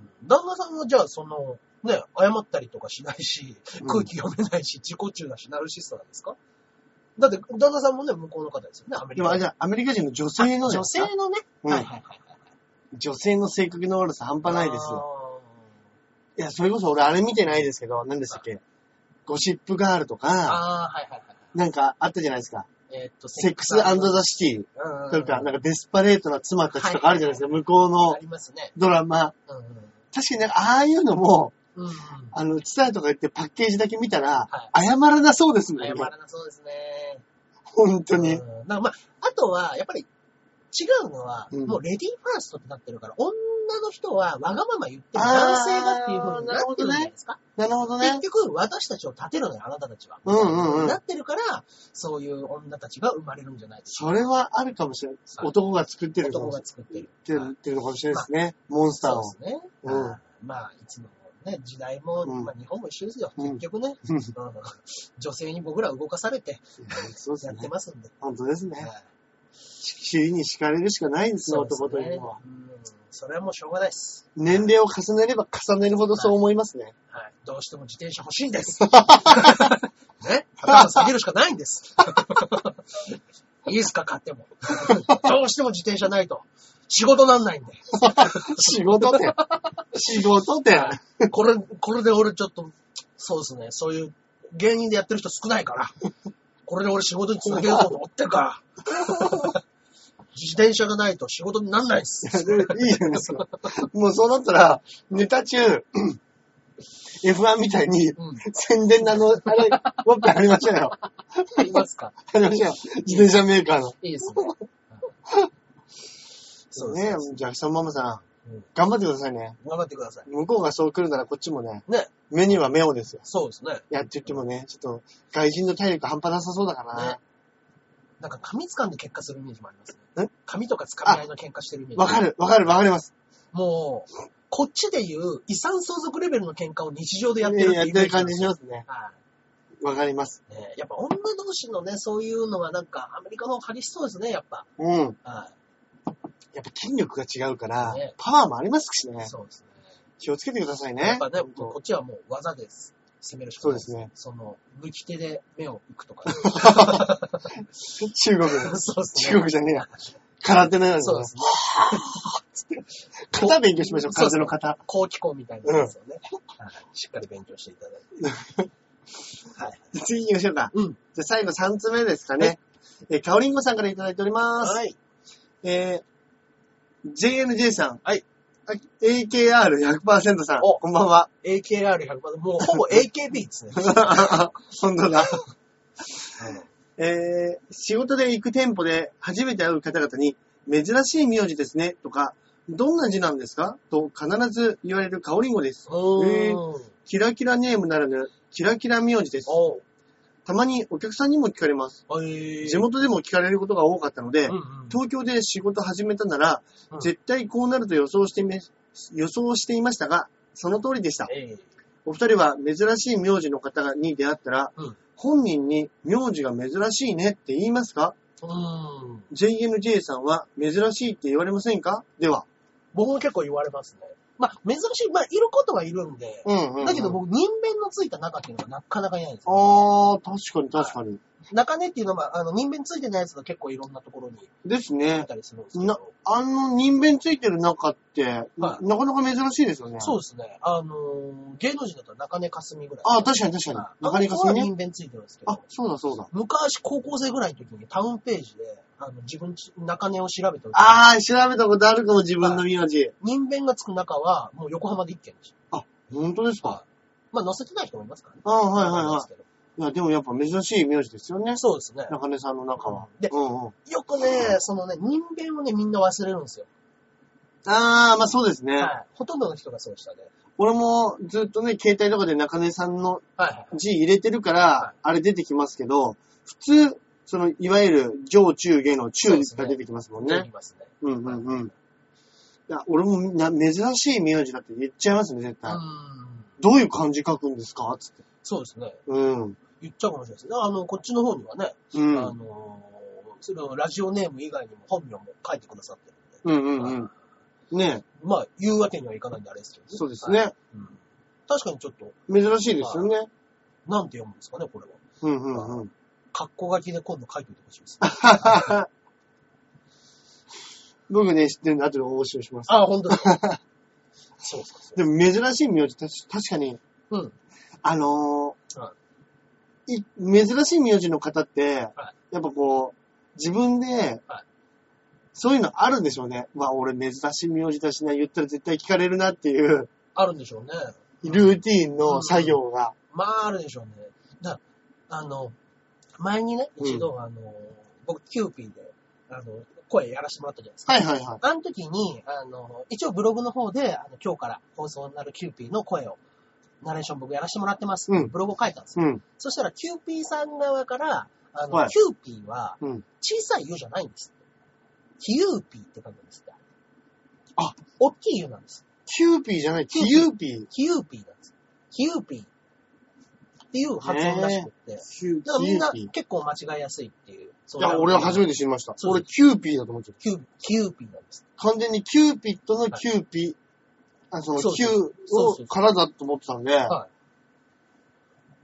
旦那さんもじゃあ、その、ね、謝ったりとかしないし、空気読めないし、うん、自己中だし、ナルシストなんですか？だって、旦那さんもね、向こうの方ですよね、アメリカ。 でも、じゃあ、アメリカ人の女性の女性のね、うん。はいはいはい。 女性の性格の悪さ半端ないですよ。いや、それこそ俺あれ見てないですけど、何でしたっけ？ゴシップガールとか、 あはいはいはい。 なんかあったじゃないですか。えー、っと、セックス&ザ・シティとか、なんかデスパレートな妻たちとかあるじゃないですか、向こうのドラマ。うんうん、確かになんかああいうのも、うんうん、あの、ツタヤとか言ってパッケージだけ見たら、はい、謝らなそうですもんね。 謝らなそうですね。 本当に。 うん、なんかまあ、あとは、やっぱり違うのは、うん、もうレディーファーストってなってるから、女の人はわがまま言ってる男性がっていう風になってるじゃないですか。 なるほどね。 結局、私たちを立てるのよ、あなたたちは。うんうんうん。なってるから、そういう女たちが生まれるんじゃないですか。それはあるかもしれない。男が作ってる。 男が作ってる。 っていうのかもしれないですね。まあ、モンスターを。 そうですね。うん。まあ、いつのね、時代も、うん、まあ、日本も一緒ですよ。結局ね、うん、女性に僕ら動かされて、やってますんで。 本当ですね。はい、尻に敷かれるしかないんですよ、男というのは。うん。 それはもうしょうがないです。 年齢を重ねれば重ねるほどそう思いますね。 はい。はい、どうしても自転車欲しいんです。ね。頭下げるしかないんです。いいですか、買っても。どうしても自転車ないと。仕事なんないんで。 仕事って。仕事って。 これ、これで俺ちょっと、そうですね。そういう芸人でやってる人少ないから。これで俺仕事に続けようと思ってるから。自転車がないと仕事になんないです。 いいじゃないですか。もうそうなったら、ネタ中、エフワン みたいに、うん、宣伝のあの、あれ、もっとありましょうよ。 ありますか？ ありましょうよ。自転車メーカーの。 いいですね。 そうね。じゃあ、久ママさん、うん、頑張ってくださいね。 頑張ってください。 向こうがそう来るならこっちもね。ね。目には目をですよ。 そうですね。 やって言ってもね、ちょっと、外人の体力半端なさそうだからな。ね。 なんか髪掴んで喧嘩するイメージもありますね。髪とか掴み合いの喧嘩してるイメージ。 わかる、わかる、わかります。 もう、こっちで言う遺産相続レベルの喧嘩を日常でやってるっていう、ね。 やってる感じしますね。はい。わかります。 ね、やっぱ女同士のね、そういうのはなんかアメリカの激しそうですね、やっぱ。うん。はい。 やっぱ筋力が違うから、ね、パワーもありますしね。 そうですね。 気をつけてくださいね。 やっぱね、こっちはもう技です。攻めるしかないです。 そうですね。 その、抜き手で目をいくとか。 中国。そうですね。中国じゃねえや。空手のように。そうですね。型勉強しましょう、空手の型。 後期校みたいなやつをね、うんしっかり勉強していただいて。 はい。次行きましょうか。うん。じゃあ最後さんつめですかね。えー、かおりんごさんからいただいております。はい。えー、ジェイエヌジェー さん。はい。エーケーアールひゃくパーセント さん。お、こんばんは。 エーケーアールひゃくパーセント、もうほぼ エーケービー ですね。 本当だ。えー、仕事で行く店舗で初めて会う方々に、珍しい名字ですね、とか、どんな字なんですかと必ず言われるかおりんごです。えー、キラキラネームならぬ、キラキラ名字です。たまにお客さんにも聞かれます。地元でも聞かれることが多かったので、うんうん、東京で仕事始めたなら、うん、絶対こうなると予想してめ、予想していましたが、その通りでした。えー、お二人は珍しい名字の方に出会ったら、うん、本人に名字が珍しいねって言いますか？うん、ジェイエヌジェー さんは珍しいって言われませんか？では。 僕も結構言われますね。まあ、珍しい、まあ、いることはいるんで、うんうんうん、だけど僕、人弁のついた中っていうのがなかなかいないんですよ、ね。 ああ、確かに確かに。 中根っていうのは、あの、人弁ついてないやつが結構いろんなところに。 ですね。いたりするんですけど。な、あの、人弁ついてる中って、はい、なかなか珍しいですよね。 そうですね。あのー、芸能人だったら中根かすみぐらい。 ああ、確かに確かに。中根かすみね。 人弁ついてるんですけど。 あ、そうだそうだ。 昔、高校生ぐらいの時にタウンページで、あの、自分、中根を調べた。 ああ、調べたことあるかも、自分の名字。 人弁がつく中は、もう横浜で一軒でした。 あ、本当ですか。 まあ、載せてない人もいますからね。 ああ、はいはいはい。いや、でもやっぱ珍しい名字ですよね。 そうですね。 中根さんの中は。 で、うんうん、よくね、そのね、人弁をね、みんな忘れるんですよ。 ああ、まあそうですね。はい。 ほとんどの人がそうでしたね。 俺もずっとね、携帯とかで中根さんの字入れてるから、はいはいはい、あれ出てきますけど、普通、その、いわゆる上中下の中が出てきますもんね。出てきますね。うんうんうん。いや、俺もな珍しい名字だって言っちゃいますね、絶対。うん。どういう漢字書くんですかつって。 そうですね。うん。言っちゃうかもしれないですね。あの、こっちの方にはね、うん、あの、それをラジオネーム以外にも本名も書いてくださってるんで。うんうんうん。ねえ。まあ、言うわけにはいかないんであれですけどね。 そうですね。はい、 うん、確かにちょっと。 珍しいですよね。 なんて読むんですかね、これは。うんうんうん。カッコ書きで今度書いておいてほしいです。 僕ね、知ってるんで後で応募します。 あ、本当ですか。そうですか。 でも珍しい名字、確かに。うん。あのーはい、い珍しい名字の方って、はい、やっぱこう、自分で、はい、そういうのあるんでしょうね。まあ、俺珍しい名字だしな、言ったら絶対聞かれるなっていう。 あるんでしょうね。 ルーティーンの作業が。 うん、まあ、あるでしょうね。だあの、前にね、一度、うん、あの、僕、キューピーで、あの、声やらせてもらったじゃないですか。はいはいはい。あの時に、あの、一応ブログの方で、あの今日から放送になるキューピーの声を、ナレーション僕やらせてもらってます。うん、ブログを書いたんですよ。うん、そしたら、キューピーさん側から、あの、はい、キューピーは、小さい湯じゃないんです。キューピーって書くんですって。あ、大きい湯なんです。 キューピーじゃない、キューピー。 キューピーなんです。キューピー。っていう発音らしくって。だからみんな結構間違いやすいっていう。 いや、俺は初めて知りました。俺、キューピーだと思っちゃった。 キュー、キューピーなんです。 完全にキューピットのキューピー、はい、あそのキューをからだと思ってたんで。はい。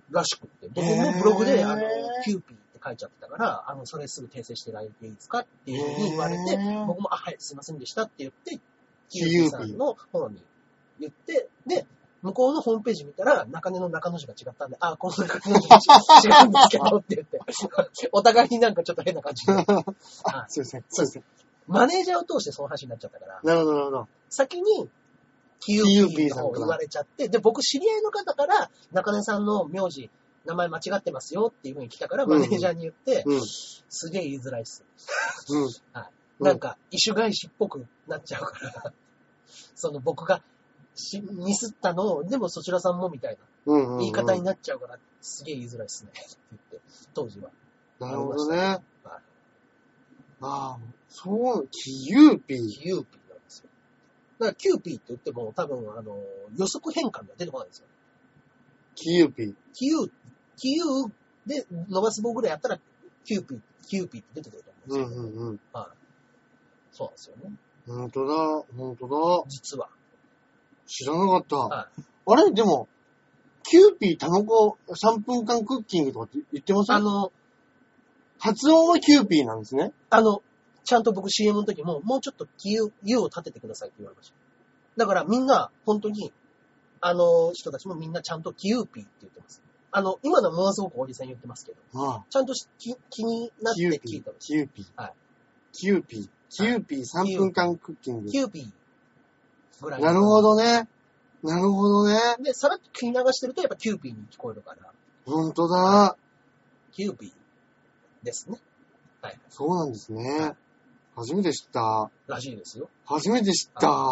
らしくって。僕もブログで、あの、キューピーって書いちゃってたから、あの、それすぐ訂正していただいていいですかっていうふうに言われて、僕も、あ、はい、すいませんでしたって言って、キューピーさんの方に言って、で、向こうのホームページ見たら、中根の中の字が違ったんで、あ、この中の字が違うんですけどって言って、お互いになんかちょっと変な感じで。 あ、すいません。そうですね。 マネージャーを通してその話になっちゃったから。 なるほど、なるほど。 先に、キューピーの方言われちゃって、で、僕知り合いの方から、中根さんの名字、名前間違ってますよっていう風に来たから、マネージャーに言って、うん、すげえ言いづらいっす。うん。はい。なんか、異種返しっぽくなっちゃうから、その僕が、ミスったのを、でもそちらさんもみたいな言い方になっちゃうから、すげえ言いづらいっすね。って言って、当時は。 なるほどね。はい、ああ、そう、キユーピー。 キユーピーなんですよ。だからキューピーって言っても多分、あの、予測変換が出てこないんですよ。 キユーピー。 キユー、キユーで伸ばす棒ぐらいやったら、キューピー、キューピーって出てくると思うんですよ。うんうんうん。はい。そうなんですよね。 ほんとだ、ほんとだ。 実は。 知らなかった。はい、あれでも、キューピー卵さんぷんかんクッキングとかって言ってます？ あの、 発音はキューピーなんですね。 あの、ちゃんと僕 シーエム の時も、もうちょっと U, U を立ててくださいって言われました。だからみんな、本当に、あの人たちもみんなちゃんとキューピーって言ってます。あの、今のはものすごくおじさん言ってますけど、ああちゃんと気気になって聞いたんです。 キューピー。はい。キューピー。キューピーさんぷんかんクッキング。 キューピーぐらい。 なるほどね。なるほどね。 で、さらっと聞き流してるとやっぱキューピーに聞こえるから。 ほんとだ。 キューピーですね。はい。 そうなんですね。はい、初めて知った。 らしいですよ。 初めて知った。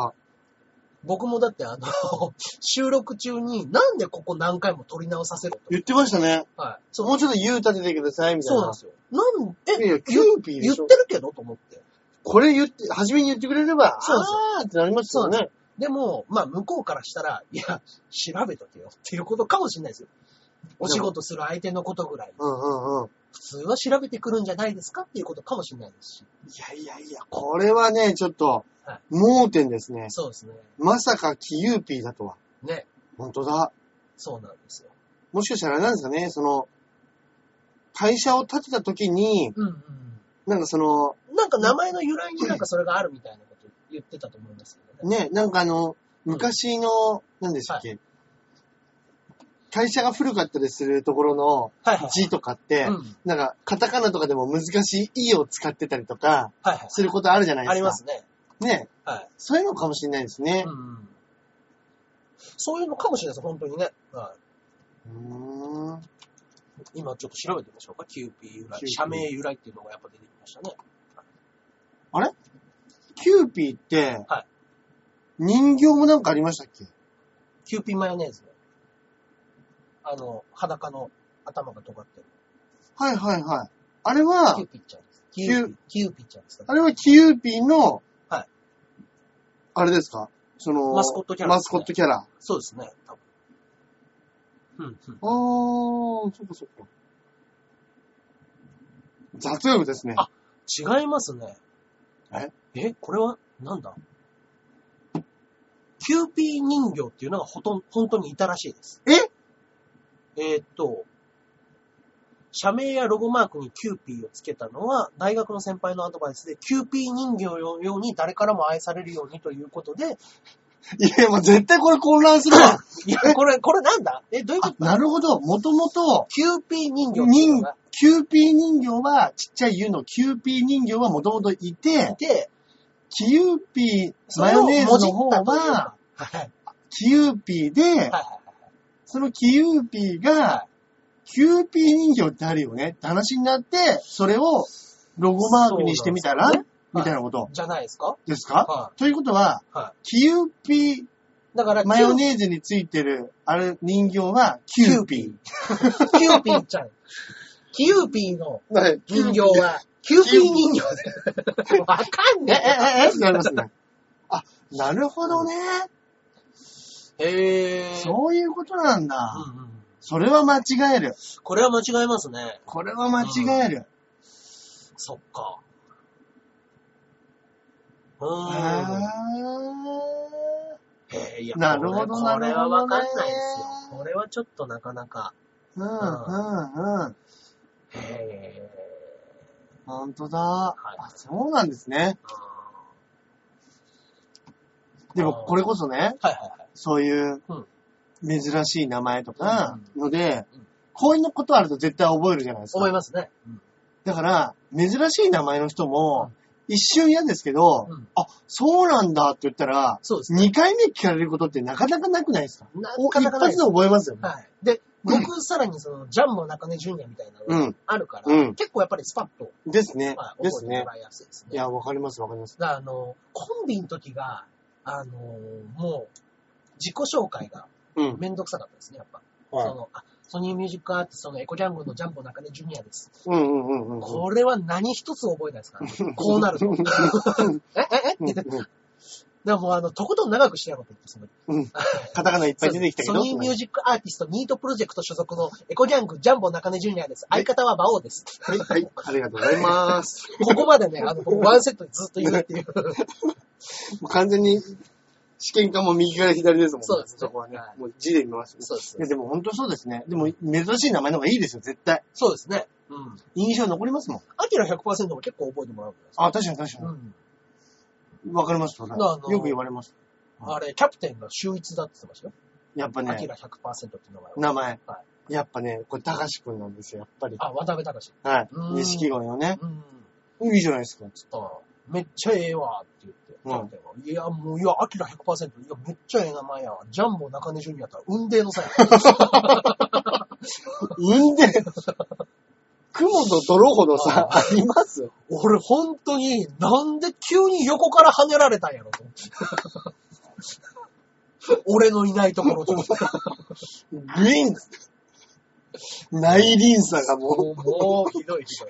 僕もだってあの、収録中になんでここ何回も撮り直させると言ってましたね。 はい。 そう。もうちょっと U 立ててくださいみたいな。 そうなんですよ。なんで、 いや、キューピーでしょ。 言ってるけどと思って。 これ言って、初めに言ってくれれば、そうですよ。あーってなりますよね。 でも、まあ、向こうからしたら、いや、調べとけよっていうことかもしれないですよ。お仕事する相手のことぐらい。うんうんうん。普通は調べてくるんじゃないですかっていうことかもしれないですし。 いやいやいや、これはね、ちょっと、盲点ですね。 そうですね。 まさかキユーピーだとは。 ね。 本当だ。 そうなんですよ。 もしかしたらなんですかね、その、会社を建てた時に、うんうん、なんかその、 なんか名前の由来になんかそれがあるみたいなこと言ってたと思いますけどね。 ね、なんかあの、昔の、何でしたっけ、はい、会社が古かったりするところの字とかって、はいはいはい、なんかカタカナとかでも難しい E を使ってたりとか、することあるじゃないですか。 ありますね。 ね、はい。そういうのかもしれないですね。うん、 そういうのかもしれないです、本当にね。はい、うーん今ちょっと調べてみましょうか。キューピー由来。社名由来っていうのがやっぱ出てきましたね。 あれキューピーって、はい、人形もなんかありましたっけ？ キューピーマヨネーズ。あの、裸の頭が尖ってる。 はいはいはい。あれは、 キューピーちゃんです。キューピー、キューピーちゃんです。 あれはキユーピーの、はい。あれですか？その、 マスコットキャラ、 ね。マスコットキャラ。 そうですね、多分。 うんうん、あー、そっかそっか。雑学ですね。 あ、違いますね。 ええこれは、なんだキューピー人形っていうのがほとん、本当にいたらしいです。 ええー、っと、社名やロゴマークにキューピーをつけたのは、大学の先輩のアドバイスで、キューピー人形のように誰からも愛されるようにということで、 いや、もう絶対これ混乱するわ。 いや、これ、これなんだえ、どういうことなるほど。もともと、 キューピー人形人、キューピー人形は、ちっちゃい U のキューピー人形はもともといて、いて、キユーピーマヨネーズの方は、キユーピーで、はいはいはい、そのキユーピーが、はい、キューピー人形ってあるよねって話になって、それをロゴマークにしてみたら、みたいなこと、はい。 じゃないですかですか、はい、ということは、はい、キユーピー、だからマヨネーズについてる、あれ、人形は、キューピー。キューピーちゃん。キユーピーの人形は、キューピー人形で。わかんねえ。 え、え、え、なりますね。あ、なるほどね。 へー。 そういうことなんだ。うんうん、それは間違える。 これは間違えますね。 これは間違える。うん、 そっか。うーん。へー。いや、 なるほどな。 これはわかんないですよ。これはちょっとなかなか。 うん、うん、うん。 へー。ほんとだ、はい。あ、そうなんですね。でも、これこそね、はいはいはい、そういう珍しい名前とかので、うんうん、こういうことあると絶対覚えるじゃないですか。 思いますね。うん、 だから、珍しい名前の人も、一瞬嫌ですけど、うん、あ、そうなんだって言ったら、そうですね、にかいめ聞かれることってなかなかなくないですか？なかなかないです。一発で覚えますよね。 はい。で、僕、さらにその、ジャンボ中根ジュニアみたいなのがあるから、うん、結構やっぱりスパッと。 ですね。 まあ、覚えてもらいやすいですね。 いや、わかりますわかります。 だからあの、コンビの時が、あのー、もう、自己紹介がめんどくさかったですね、やっぱ。うん、その、あ、ソニーミュージックアーティストのエコジャングルのジャンボ中根ジュニアです。うんうんうんうん、これは何一つ覚えないですから、ね、こうなると。え、え、えって。でももうあの、とことん長くしてやろうと言って、その、 うん。カタカナいっぱい出てきたけど。 ソニーミュージックアーティストニートプロジェクト所属のエコジャングジャンボ中根ジュニアです。相方は馬王です。 はい、はい、ありがとうございます。 ここまでね、あの、ワンセットでずっと言うっていう。 もう完全に、試験官も右から左ですもんね。 そうですね。 そこはね。はい、もう字で見ますね。 そうです。 いや、でも本当そうですね。でも、珍しい名前の方がいいですよ、絶対。 そうですね。 うん。印象残りますもん。 アキラ ひゃくパーセント も結構覚えてもらうんですあ、確かに確かに。うん。わかります、それ。よく言われます。 あれ、キャプテンが秀逸だって言ってましたよ。 やっぱね。 アキラ ひゃくパーセント って名前名前。はい。やっぱね、これ、高志くんなんですよ、やっぱり。 あ、渡辺高志。 はい。錦鯉のね。うん。いいじゃないですか、つった。 めっちゃええわって言って。うん、いや、もう、いや、アキラ ひゃくパーセント。いや、めっちゃええ名前やわ。ジャンボ中根ジュニアやったら、運命のさや。 運命雲と泥ほどさ、あります俺、本当に、なんで急に横から跳ねられたんやろと思って。俺のいないところと。 グイーン内輪差がもう。 もう、ひどいひどい。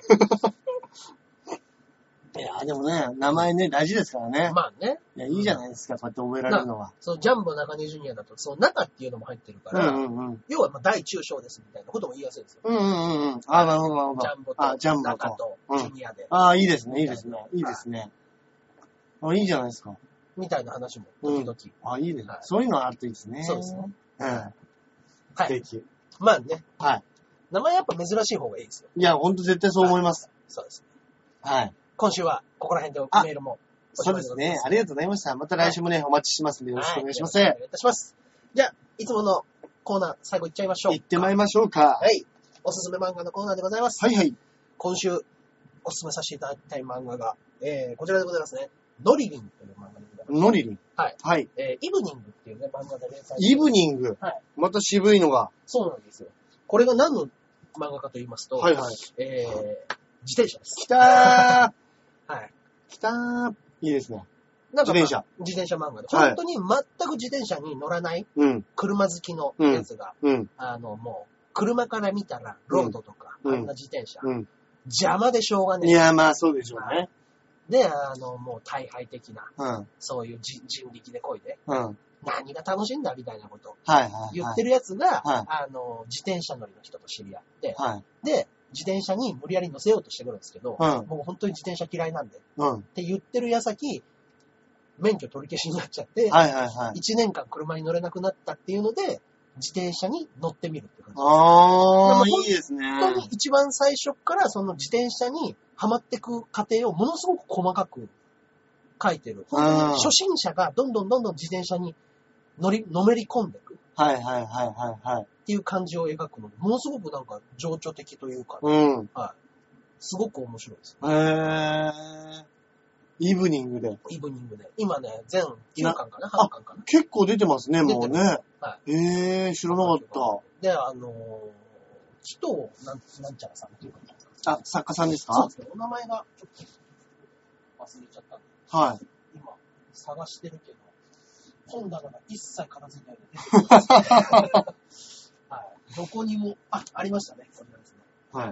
いや、でもね、名前ね、大事ですからね。 まあね。 いや、いいじゃないですか、こうやって覚えられるのは。 そう、ジャンボ中根ジュニアだと、その中っていうのも入ってるから、うんうんうん、要はまあ大中小ですみたいなことも言いやすいですよ。 うんうんうん。ああ、なるほど、なるほど。 ジャンボと、あジャンボと中と、ジュニアで、 うん。ああ、いいですね、いいですね。いいですね。あ、いいじゃないですか。 みたいな話も、時々。 うん、あ、いいですね、はい。そういうのあるといいですね。 そうですね。 うん。 はい。 素敵。 まあね。 はい。 名前やっぱ珍しい方がいいですよ。 いや、ほんと絶対そう思います。 はい、そうですね。 はい。 今週は、ここら辺でメールも。 そうですね。ありがとうございました。また来週もね、はい、お待ちしますので、よろしくお願いします。はい、 お願いいたします。じゃあ、いつものコーナー、最後いっちゃいましょう。 行ってまいりましょうか。 はい。おすすめ漫画のコーナーでございます。 はいはい。 今週、おすすめさせていただきたい漫画が、えー、こちらでございますね。ノリリンという漫画でございます。 ノリリンはい。 はい。 えー、イブニングっていうね、漫画で連載。 イブニングはい。また渋いのが。 そうなんですよ。これが何の漫画かと言いますと、 はいはい。 えー、自転車です。 きたーはい。 きたーいいですね。 なんか、 まあ、自転車。 自転車漫画で。本当に全く自転車に乗らない、 うん、 車好きのやつが、 うん、 あの、もう、車から見たら、ロードとか、 うん、 あんな自転車、 うん、 邪魔でしょうがねえ。 いや、まあそうでしょうね。 で、あの、もう大敗的な、 うん、 そういう人力で漕いで、 うん、 何が楽しいんだみたいなことをはいはいはい、 言ってるやつが、 はい、 あの、自転車乗りの人と知り合って、 はい、 で、自転車に無理やり乗せようとしてくるんですけど、 うん、 もう本当に自転車嫌いなんで、 うん、 って言ってる矢先、免許取り消しになっちゃって、 はいはいはい、 いちねんかん車に乗れなくなったっていうので、自転車に乗ってみるって感じです。 ああ、いいですね。 本当に一番最初からその自転車にハマっていく過程をものすごく細かく書いてる。初心者がどんどんどんどん自転車に乗り、のめり込んでいく。 はいはいはいはいはい。 っていう感じを描くので、ものすごくなんか情緒的というか、 ね、うん。 はい。すごく面白いです。 へー。イブニングで。 イブニングで。今ね、全きゅうかんかな ?はち 巻かな。 結構出てますね、もうね。 はい。 へー、知らなかった。 で、あのー、紀藤なんなんちゃらさんっていうか。 あ、作家さんですか？ そうですね。お名前がちょっと忘れちゃったんで。 はい。 今、探してるけど、本棚が一切片付いてないので。はい。どこにも、あ、ありましたね。これですね。 はい。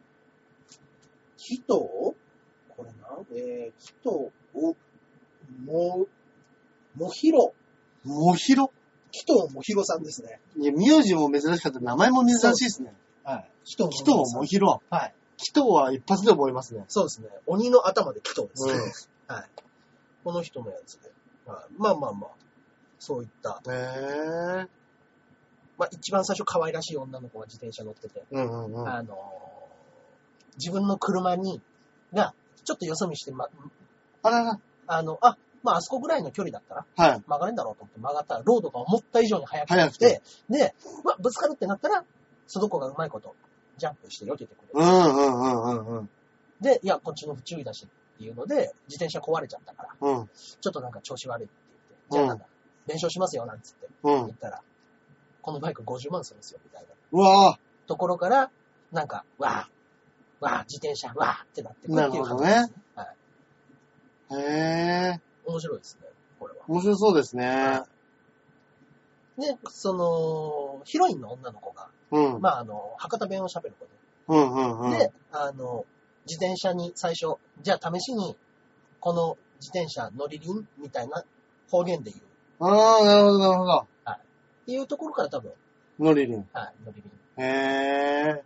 紀藤これな、えー、紀藤を、も、もひろ。 もひろ紀藤もひろさんですね。 いや、名字も珍しかった。名前も珍しいですね。 はい。 紀藤もひろ。 はい。 紀藤は一発で覚えますね。 そうですね。鬼の頭で紀藤ですね。うん、はい。この人のやつで。はい、まあまあまあ。そういった。 へー。 まあ一番最初可愛らしい女の子が自転車乗ってて。 うんうんうん。 あのー、自分の車に、が、ちょっとよそ見して、ま、 あらら。 あの、あ、まああそこぐらいの距離だったら、 はい。 曲がれんだろうと思って曲がったら、ロードが思った以上に速くなって、で、まあぶつかるってなったら、その子がうまいこと、ジャンプして避けてくれる。 うんうんうんうんうん。 で、いや、こっちの不注意だしっていうので、自転車壊れちゃったから、 うん、 ちょっとなんか調子悪いって言って、じゃあなんだ、うん、弁償しますよ、なんつって、 うん、 言ったら、このバイクごじゅうまんするんですよ、みたいな。 うわぁ。ところから、なんか、わぁ、わぁ、自転車、わぁってなってくるっていう感じですね。 ね。はい。 へー。面白いですね、これは。 面白そうですね。 で、その、ヒロインの女の子が、うん、まあ、あの、博多弁を喋る子で、 うんうんうん、 で、あの、自転車に最初、じゃあ試しに、この自転車乗りりんみたいな方言で言う。 ああ、なるほど、なるほど。はい。 っていうところから多分。 乗りりん。 はい、乗りりん。 へー。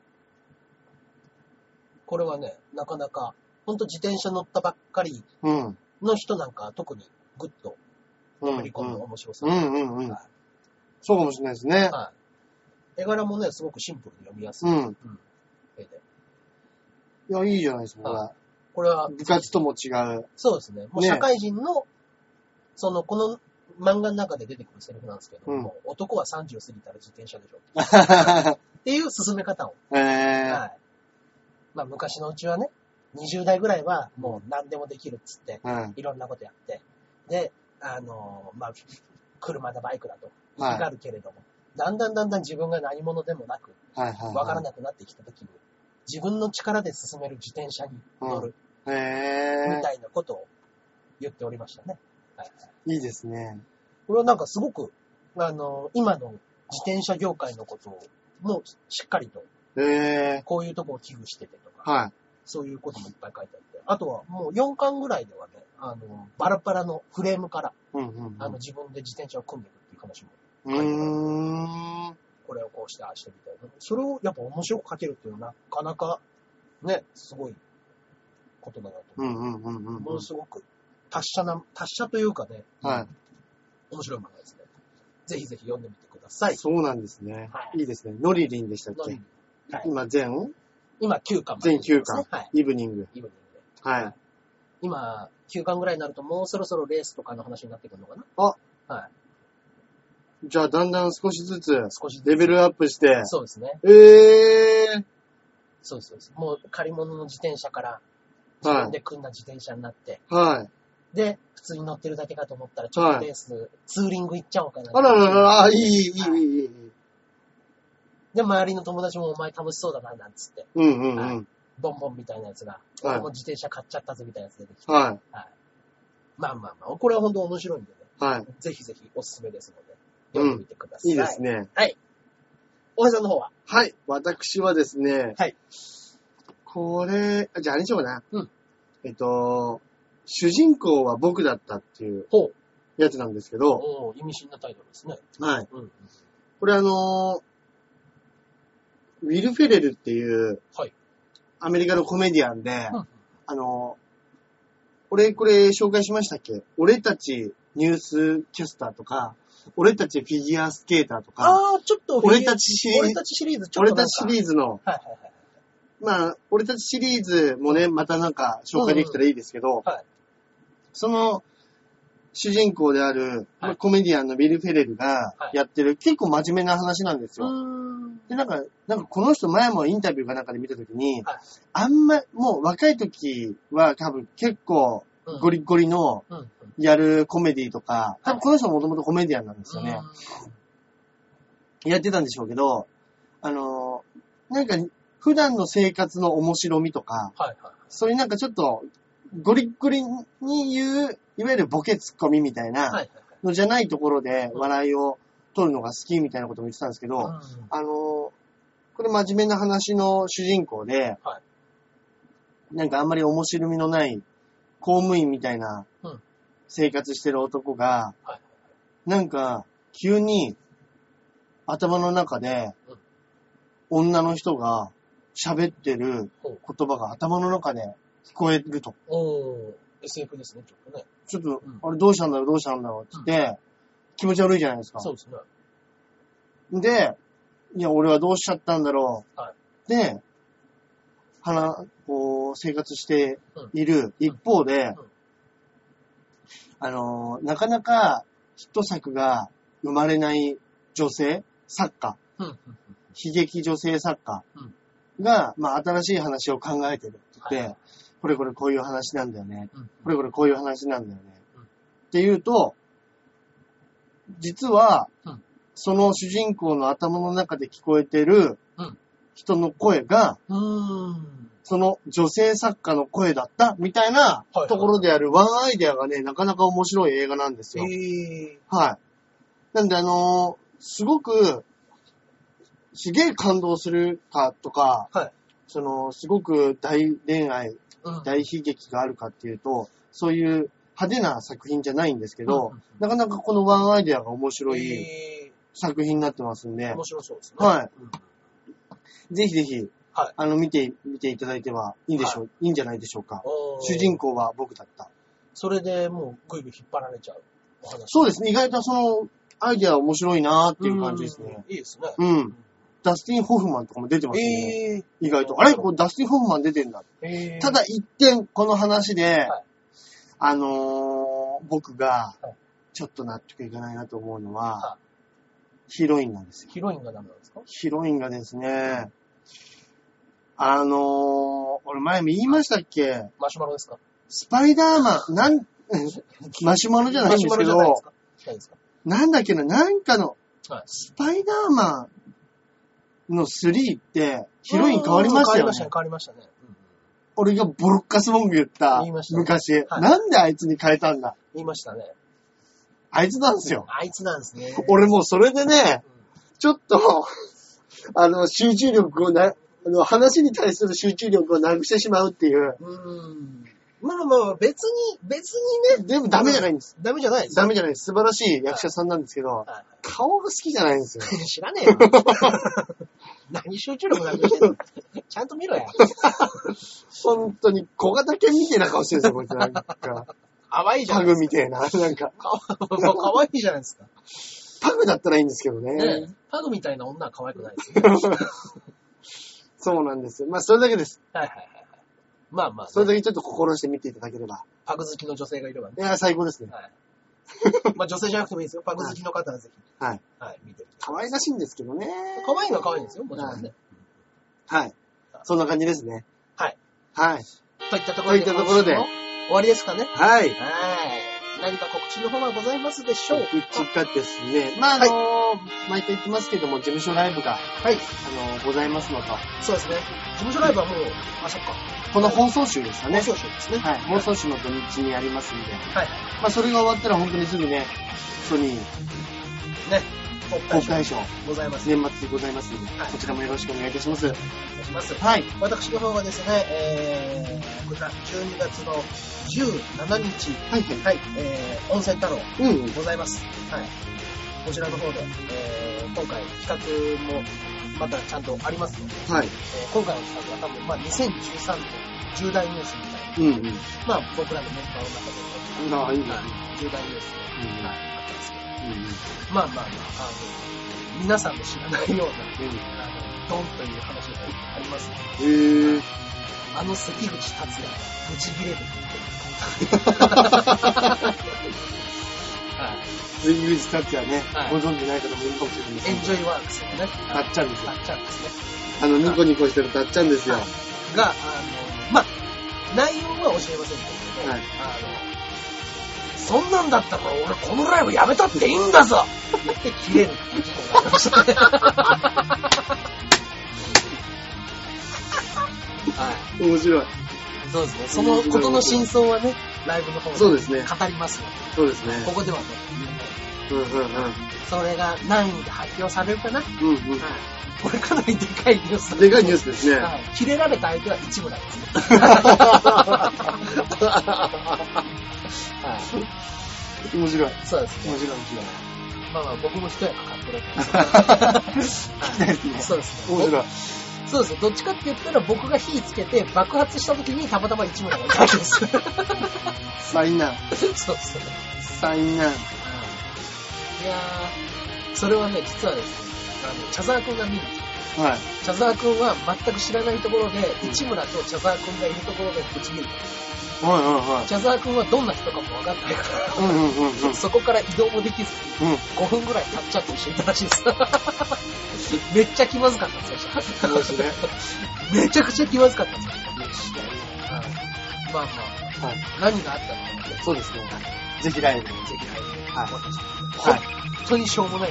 これはね、なかなか、ほんと自転車乗ったばっかりの人なんか、特にグッと、のめり込む面白さ。 うんうんうん。はい、そうかもしれないですね。 はい。絵柄もね、すごくシンプルで読みやすい。 うん。うん、 絵で。 いや、いいじゃないですか、 はい、これは。 部活とも違う。 そうですね。もう社会人の、ね、その、この漫画の中で出てくるセリフなんですけども、うん、男はさんじゅう過ぎたら自転車でしょ。っていう進め方を。 えー、 はい。まあ、昔のうちはね、にじゅう代ぐらいはもう何でもできるっつって、うん、いろんなことやって、で、あの、まあ、車だバイクだと、生きがるけれども、はい、だんだんだんだん自分が何者でもなく、わからなくなってきたときに、自分の力で進める自転車に乗る、うん、へーみたいなことを言っておりましたね。はい、 いいですね。 これはなんかすごく、あの、今の自転車業界のことを、もうしっかりと、 へーこういうとこを危惧しててとか、 はい、 そういうこともいっぱい書いてあって、あとはもうよんかんぐらいではね、あの、バラバラのフレームから、うんうんうん、あの自分で自転車を組んでいくっていう話も書いてある。うーん、これをこうしてああしてみたいな。それをやっぱ面白く書けるっていうのはなかなかね、すごいことだなと思う。うんうんうんうん、ものすごく達者な、達者というかね、はい、面白い漫画ですね。ぜひぜひ読んでみてください。 そうなんですね。はい、いいですね。ノリリンでしたっけ？はい、今全今きゅうかんまで、 ね。全きゅうかん。はい、イブニング。 イブニングで。 はい。 今、きゅうかんぐらいになるともうそろそろレースとかの話になってくるのかな？ あ、 はい。 じゃあだんだん少しずつ、少しずつレベルアップして。 そうですね。 えー。 そうそうそう。もう借り物の自転車から、自分で組んだ自転車になって。 はい。 で、普通に乗ってるだけかと思ったら、ちょっとレース、はい、ツーリング行っちゃおうかな。 あらららら、いい、いい、はい、いい、いい。 で、周りの友達もお前楽しそうだな、なんつって。 うんうんうん。はい、 ボンボンみたいなやつが、俺も自転車買っちゃったぜみたいなやつ出てきて。 はい。 はい。まあまあまあ、これは本当面白いんでね。 はい。 ぜひぜひおすすめですので、読んでみてください。 うん、いいですね。 はい。大橋さんの方は？ はい。私はですね。 はい。 これ、じゃああれにしようかな。 うん。 えっと、主人公は僕だったっていうやつなんですけど。 おー、意味深なタイトルですね。 はい。うん、これあの、ウィル・フェレルっていう、はい、アメリカのコメディアンで、うん、あの、俺これ紹介しましたっけ？俺たちニュースキャスターとか、俺たちフィギュアスケーターとか、 あー、ちょっと俺たちシリーズ、 俺たちシリーズ、 ちょっと俺たちシリーズの、 はいはいはい、 まあ、俺たちシリーズもね、またなんか紹介できたらいいですけど、うんうん、はい、その主人公である、はい、コメディアンのビル・フェレルがやってる、はい、結構真面目な話なんですよ。で、なんか、なんかこの人前もインタビューかなんかで見たときに、はい、あんま、もう若い時は多分結構ゴリゴリのやるコメディとか、多分この人ももともとコメディアンなんですよね。やってたんでしょうけど、あの、なんか普段の生活の面白みとか、はいはい、そういうなんかちょっとゴリゴリに言う、いわゆるボケツッコミみたいなのじゃないところで笑いを取るのが好きみたいなことも言ってたんですけど、うん、あの、これ真面目な話の主人公で、はい、なんかあんまり面白みのない公務員みたいな生活してる男が、うんはい、なんか急に頭の中で女の人が喋ってる言葉が頭の中で聞こえると。 おー、エスエフ ですね、ちょっとね。 ちょっと、うん、あれどうしたんだろう、どうしたんだろうって言って、うん、気持ち悪いじゃないですか。 そうですね。 で、いや、俺はどうしちゃったんだろう。はい、で、はこう、生活している一方で、うんうん、あのー、なかなかヒット作が生まれない女性作家、うんうんうん、悲劇女性作家が、まあ、新しい話を考えてるって言って、はい、これこれこういう話なんだよね。うん、これこれこういう話なんだよね。うん、って言うと、実は、うん、その主人公の頭の中で聞こえてる人の声が、うん、その女性作家の声だったみたいなところであるワンアイデアがね、なかなか面白い映画なんですよ。へー、はい。なんであのー、すごく、すげえ感動するかとか、はい、その、すごく大恋愛、うん、大悲劇があるかっていうと、そういう派手な作品じゃないんですけど、うんうんうん、なかなかこのワンアイデアが面白い作品になってますんで、 面白そうですね。 はい。うん、ぜひぜひ、はい、あの、見て、見ていただいてはいいんでしょう、はい、いいんじゃないでしょうか。主人公は僕だった。 それでもうぐいぐい引っ張られちゃうお話。 そうですね。意外とそのアイデア面白いなーっていう感じですね。 いいですね。 うん。 ダスティン・ホフマンとかも出てますね。えー、意外と。あれこれダスティン・ホフマン出てんだ。えー、ただ一点、この話で、はい、あのー、僕が、ちょっと納得いかないなと思うのは、はい、ヒロインなんですよ。 ヒロインがダメなんですか？ ヒロインがですね、あのー、俺前も言いましたっけ？ マシュマロですか？スパイダーマン、なん、マシュマロじゃないんですけど、なんだっけな、なんかの、はい、スパイダーマンのスリーって、ヒロイン変わりましたよね。 変わりましたね、変わりましたね。うん、 俺がボロッカス文句言った、言いましたね、昔、はい。なんであいつに変えたんだ？ 言いましたね。 あいつなんですよ。 あいつなんですね。 俺もうそれでね、うん、ちょっと、あの、集中力をな、あの、話に対する集中力をなくしてしまうっていう。うーん。まあまあ、別に、別にね。 でもダメじゃないんです。 ダメじゃないです。 ダメじゃないです。素晴らしい役者さんなんですけど、はいはい、顔が好きじゃないんですよ。 知らねえよ。何集中力なくしてんの？ちゃんと見ろや。 本当に小型犬みたいな顔してるんですよ、こいつなんか。 可愛いじゃないですか。 パグみたいな、なんか。 可愛いじゃないですか。 パグだったらいいんですけどね。ねえ、パグみたいな女は可愛くないですよね。 そうなんですよ。まあ、それだけです。 はいはいはい。まあまあ、ね。 それだけちょっと心して見ていただければ。 パグ好きの女性がいればね。 いや、最高ですね。はい。 まあ女性じゃなくてもいいですよ。パグ好きの方はぜひ。 はい。 はい、見てみて。 可愛らしいんですけどね。 可愛いのは可愛いんですよ、もちろんね。 はい。はい。そんな感じですね。 はい。 はい。 といったところで。 といったところで。 終わりですかね。 はい。 はい。何か告知の方はございますでしょうか？ 告知がですね。まあ、あのー、はい、毎回言ってますけども、事務所ライブが、はい。あのー、ございますのと。 そうですね。事務所ライブはもう、あ、そっか。 この放送週ですかね。 放送週ですね。 はい。放送週の土日にありますんで。はい。まあ、それが終わったら本当にすぐね、ソニー。ね。公開賞。 ございます。 年末でございますので、はい、こちらもよろしくお願いいたします。お願いします。 はい。 私の方がですね、えー、こちら、じゅうにがつのじゅうしちにち。はいはい。はい。えー、温泉太郎。うん、うん。ございます。はい。こちらの方で、えー、今回企画も、またちゃんとありますので、はい。えー、今回の企画は多分、まあ、にせんじゅうさんねん重大ニュースみたいな。うんうん。まあ、僕らのメンバーの中で、 ああ、いいね。 重大ニュースが、うん、はい、あったんですけど、うんうん、まあまあまあ、あの、皆さんの知らないような、うん、あの、ドンという話がありますので、へー。あの関口達也がブチギレるって言ってる。 はい。関口達也ね、はい、ご存知ない方もいるかもしれないです。 エンジョイワークスのね。 たっちゃんですよ。 たっちゃんですね。 あの、ニコニコしてるたっちゃんですよ。 が、あの、まあ、内容は教えませんけれども、はい、あの、そんなんだったら俺このライブやめたっていいんだぞ言って切れるっていう事故がありましたね。 はい。面白い。 そうですね。そのことの真相はね、ライブの方で語りますので。 そうですね。 ここではね、 うんうんうん。 それが何位で発表されるかな。うんうん。はい。これかなりでかいニュース。 でかいニュースですね。 はい。切れられた相手は市村ですね。 はい。面白い。 そうですね。 面白い面白い。 まあまあ僕も一役買ってるんですけど。 はい。そうですね。面白い。 そうですよ。どっちかって言ったら僕が火つけて爆発した時にたまたま市村がいたわけです。 災難。 そうそう。 災難。いやー、それはね、実はですね、あの、茶沢くんが見に来て、はい。茶沢くんは全く知らないところで、市村と茶沢くんがいるところでぶち切る。はいはいはい。茶沢くんはどんな人かも分かんないから、うんうんうんうん、そこから移動もできずに、うん、ごふんぐらいたっちゃって一緒にいたらしいです。めっちゃ気まずかったんですよ。そうですね。めちゃくちゃ気まずかったんですよ。まあまあ、はい、何があったのか、 そうですね。ぜひライブ。ぜひライブ。はい。はい。本当にしょうもない。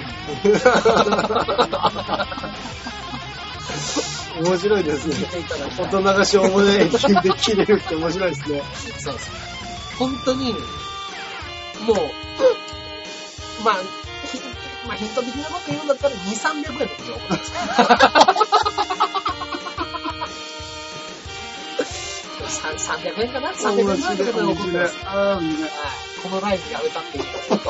面白いですね。大人がしょうもないで切れるって面白いですね。 そうです。本当に、もう、まあ、まあ、ヒント的なこと言うんだったらに、さんびゃくえんのことが起こるんです。さんびゃくえんかな ?さんびゃくえんのことが起こるんです。このライブやめたっていう。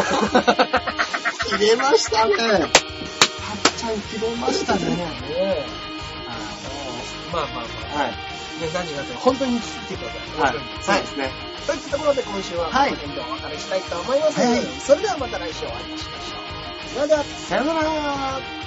切れましたね。たっちゃん切れましたね。ねまあまあまあ。はい。ね、何があっても本当に聞いてください。はい。そうですね。といったところで今週はこの辺でお別れしたいと思います。はい。それではまた来週お会いしましょう。それでは、 さよなら。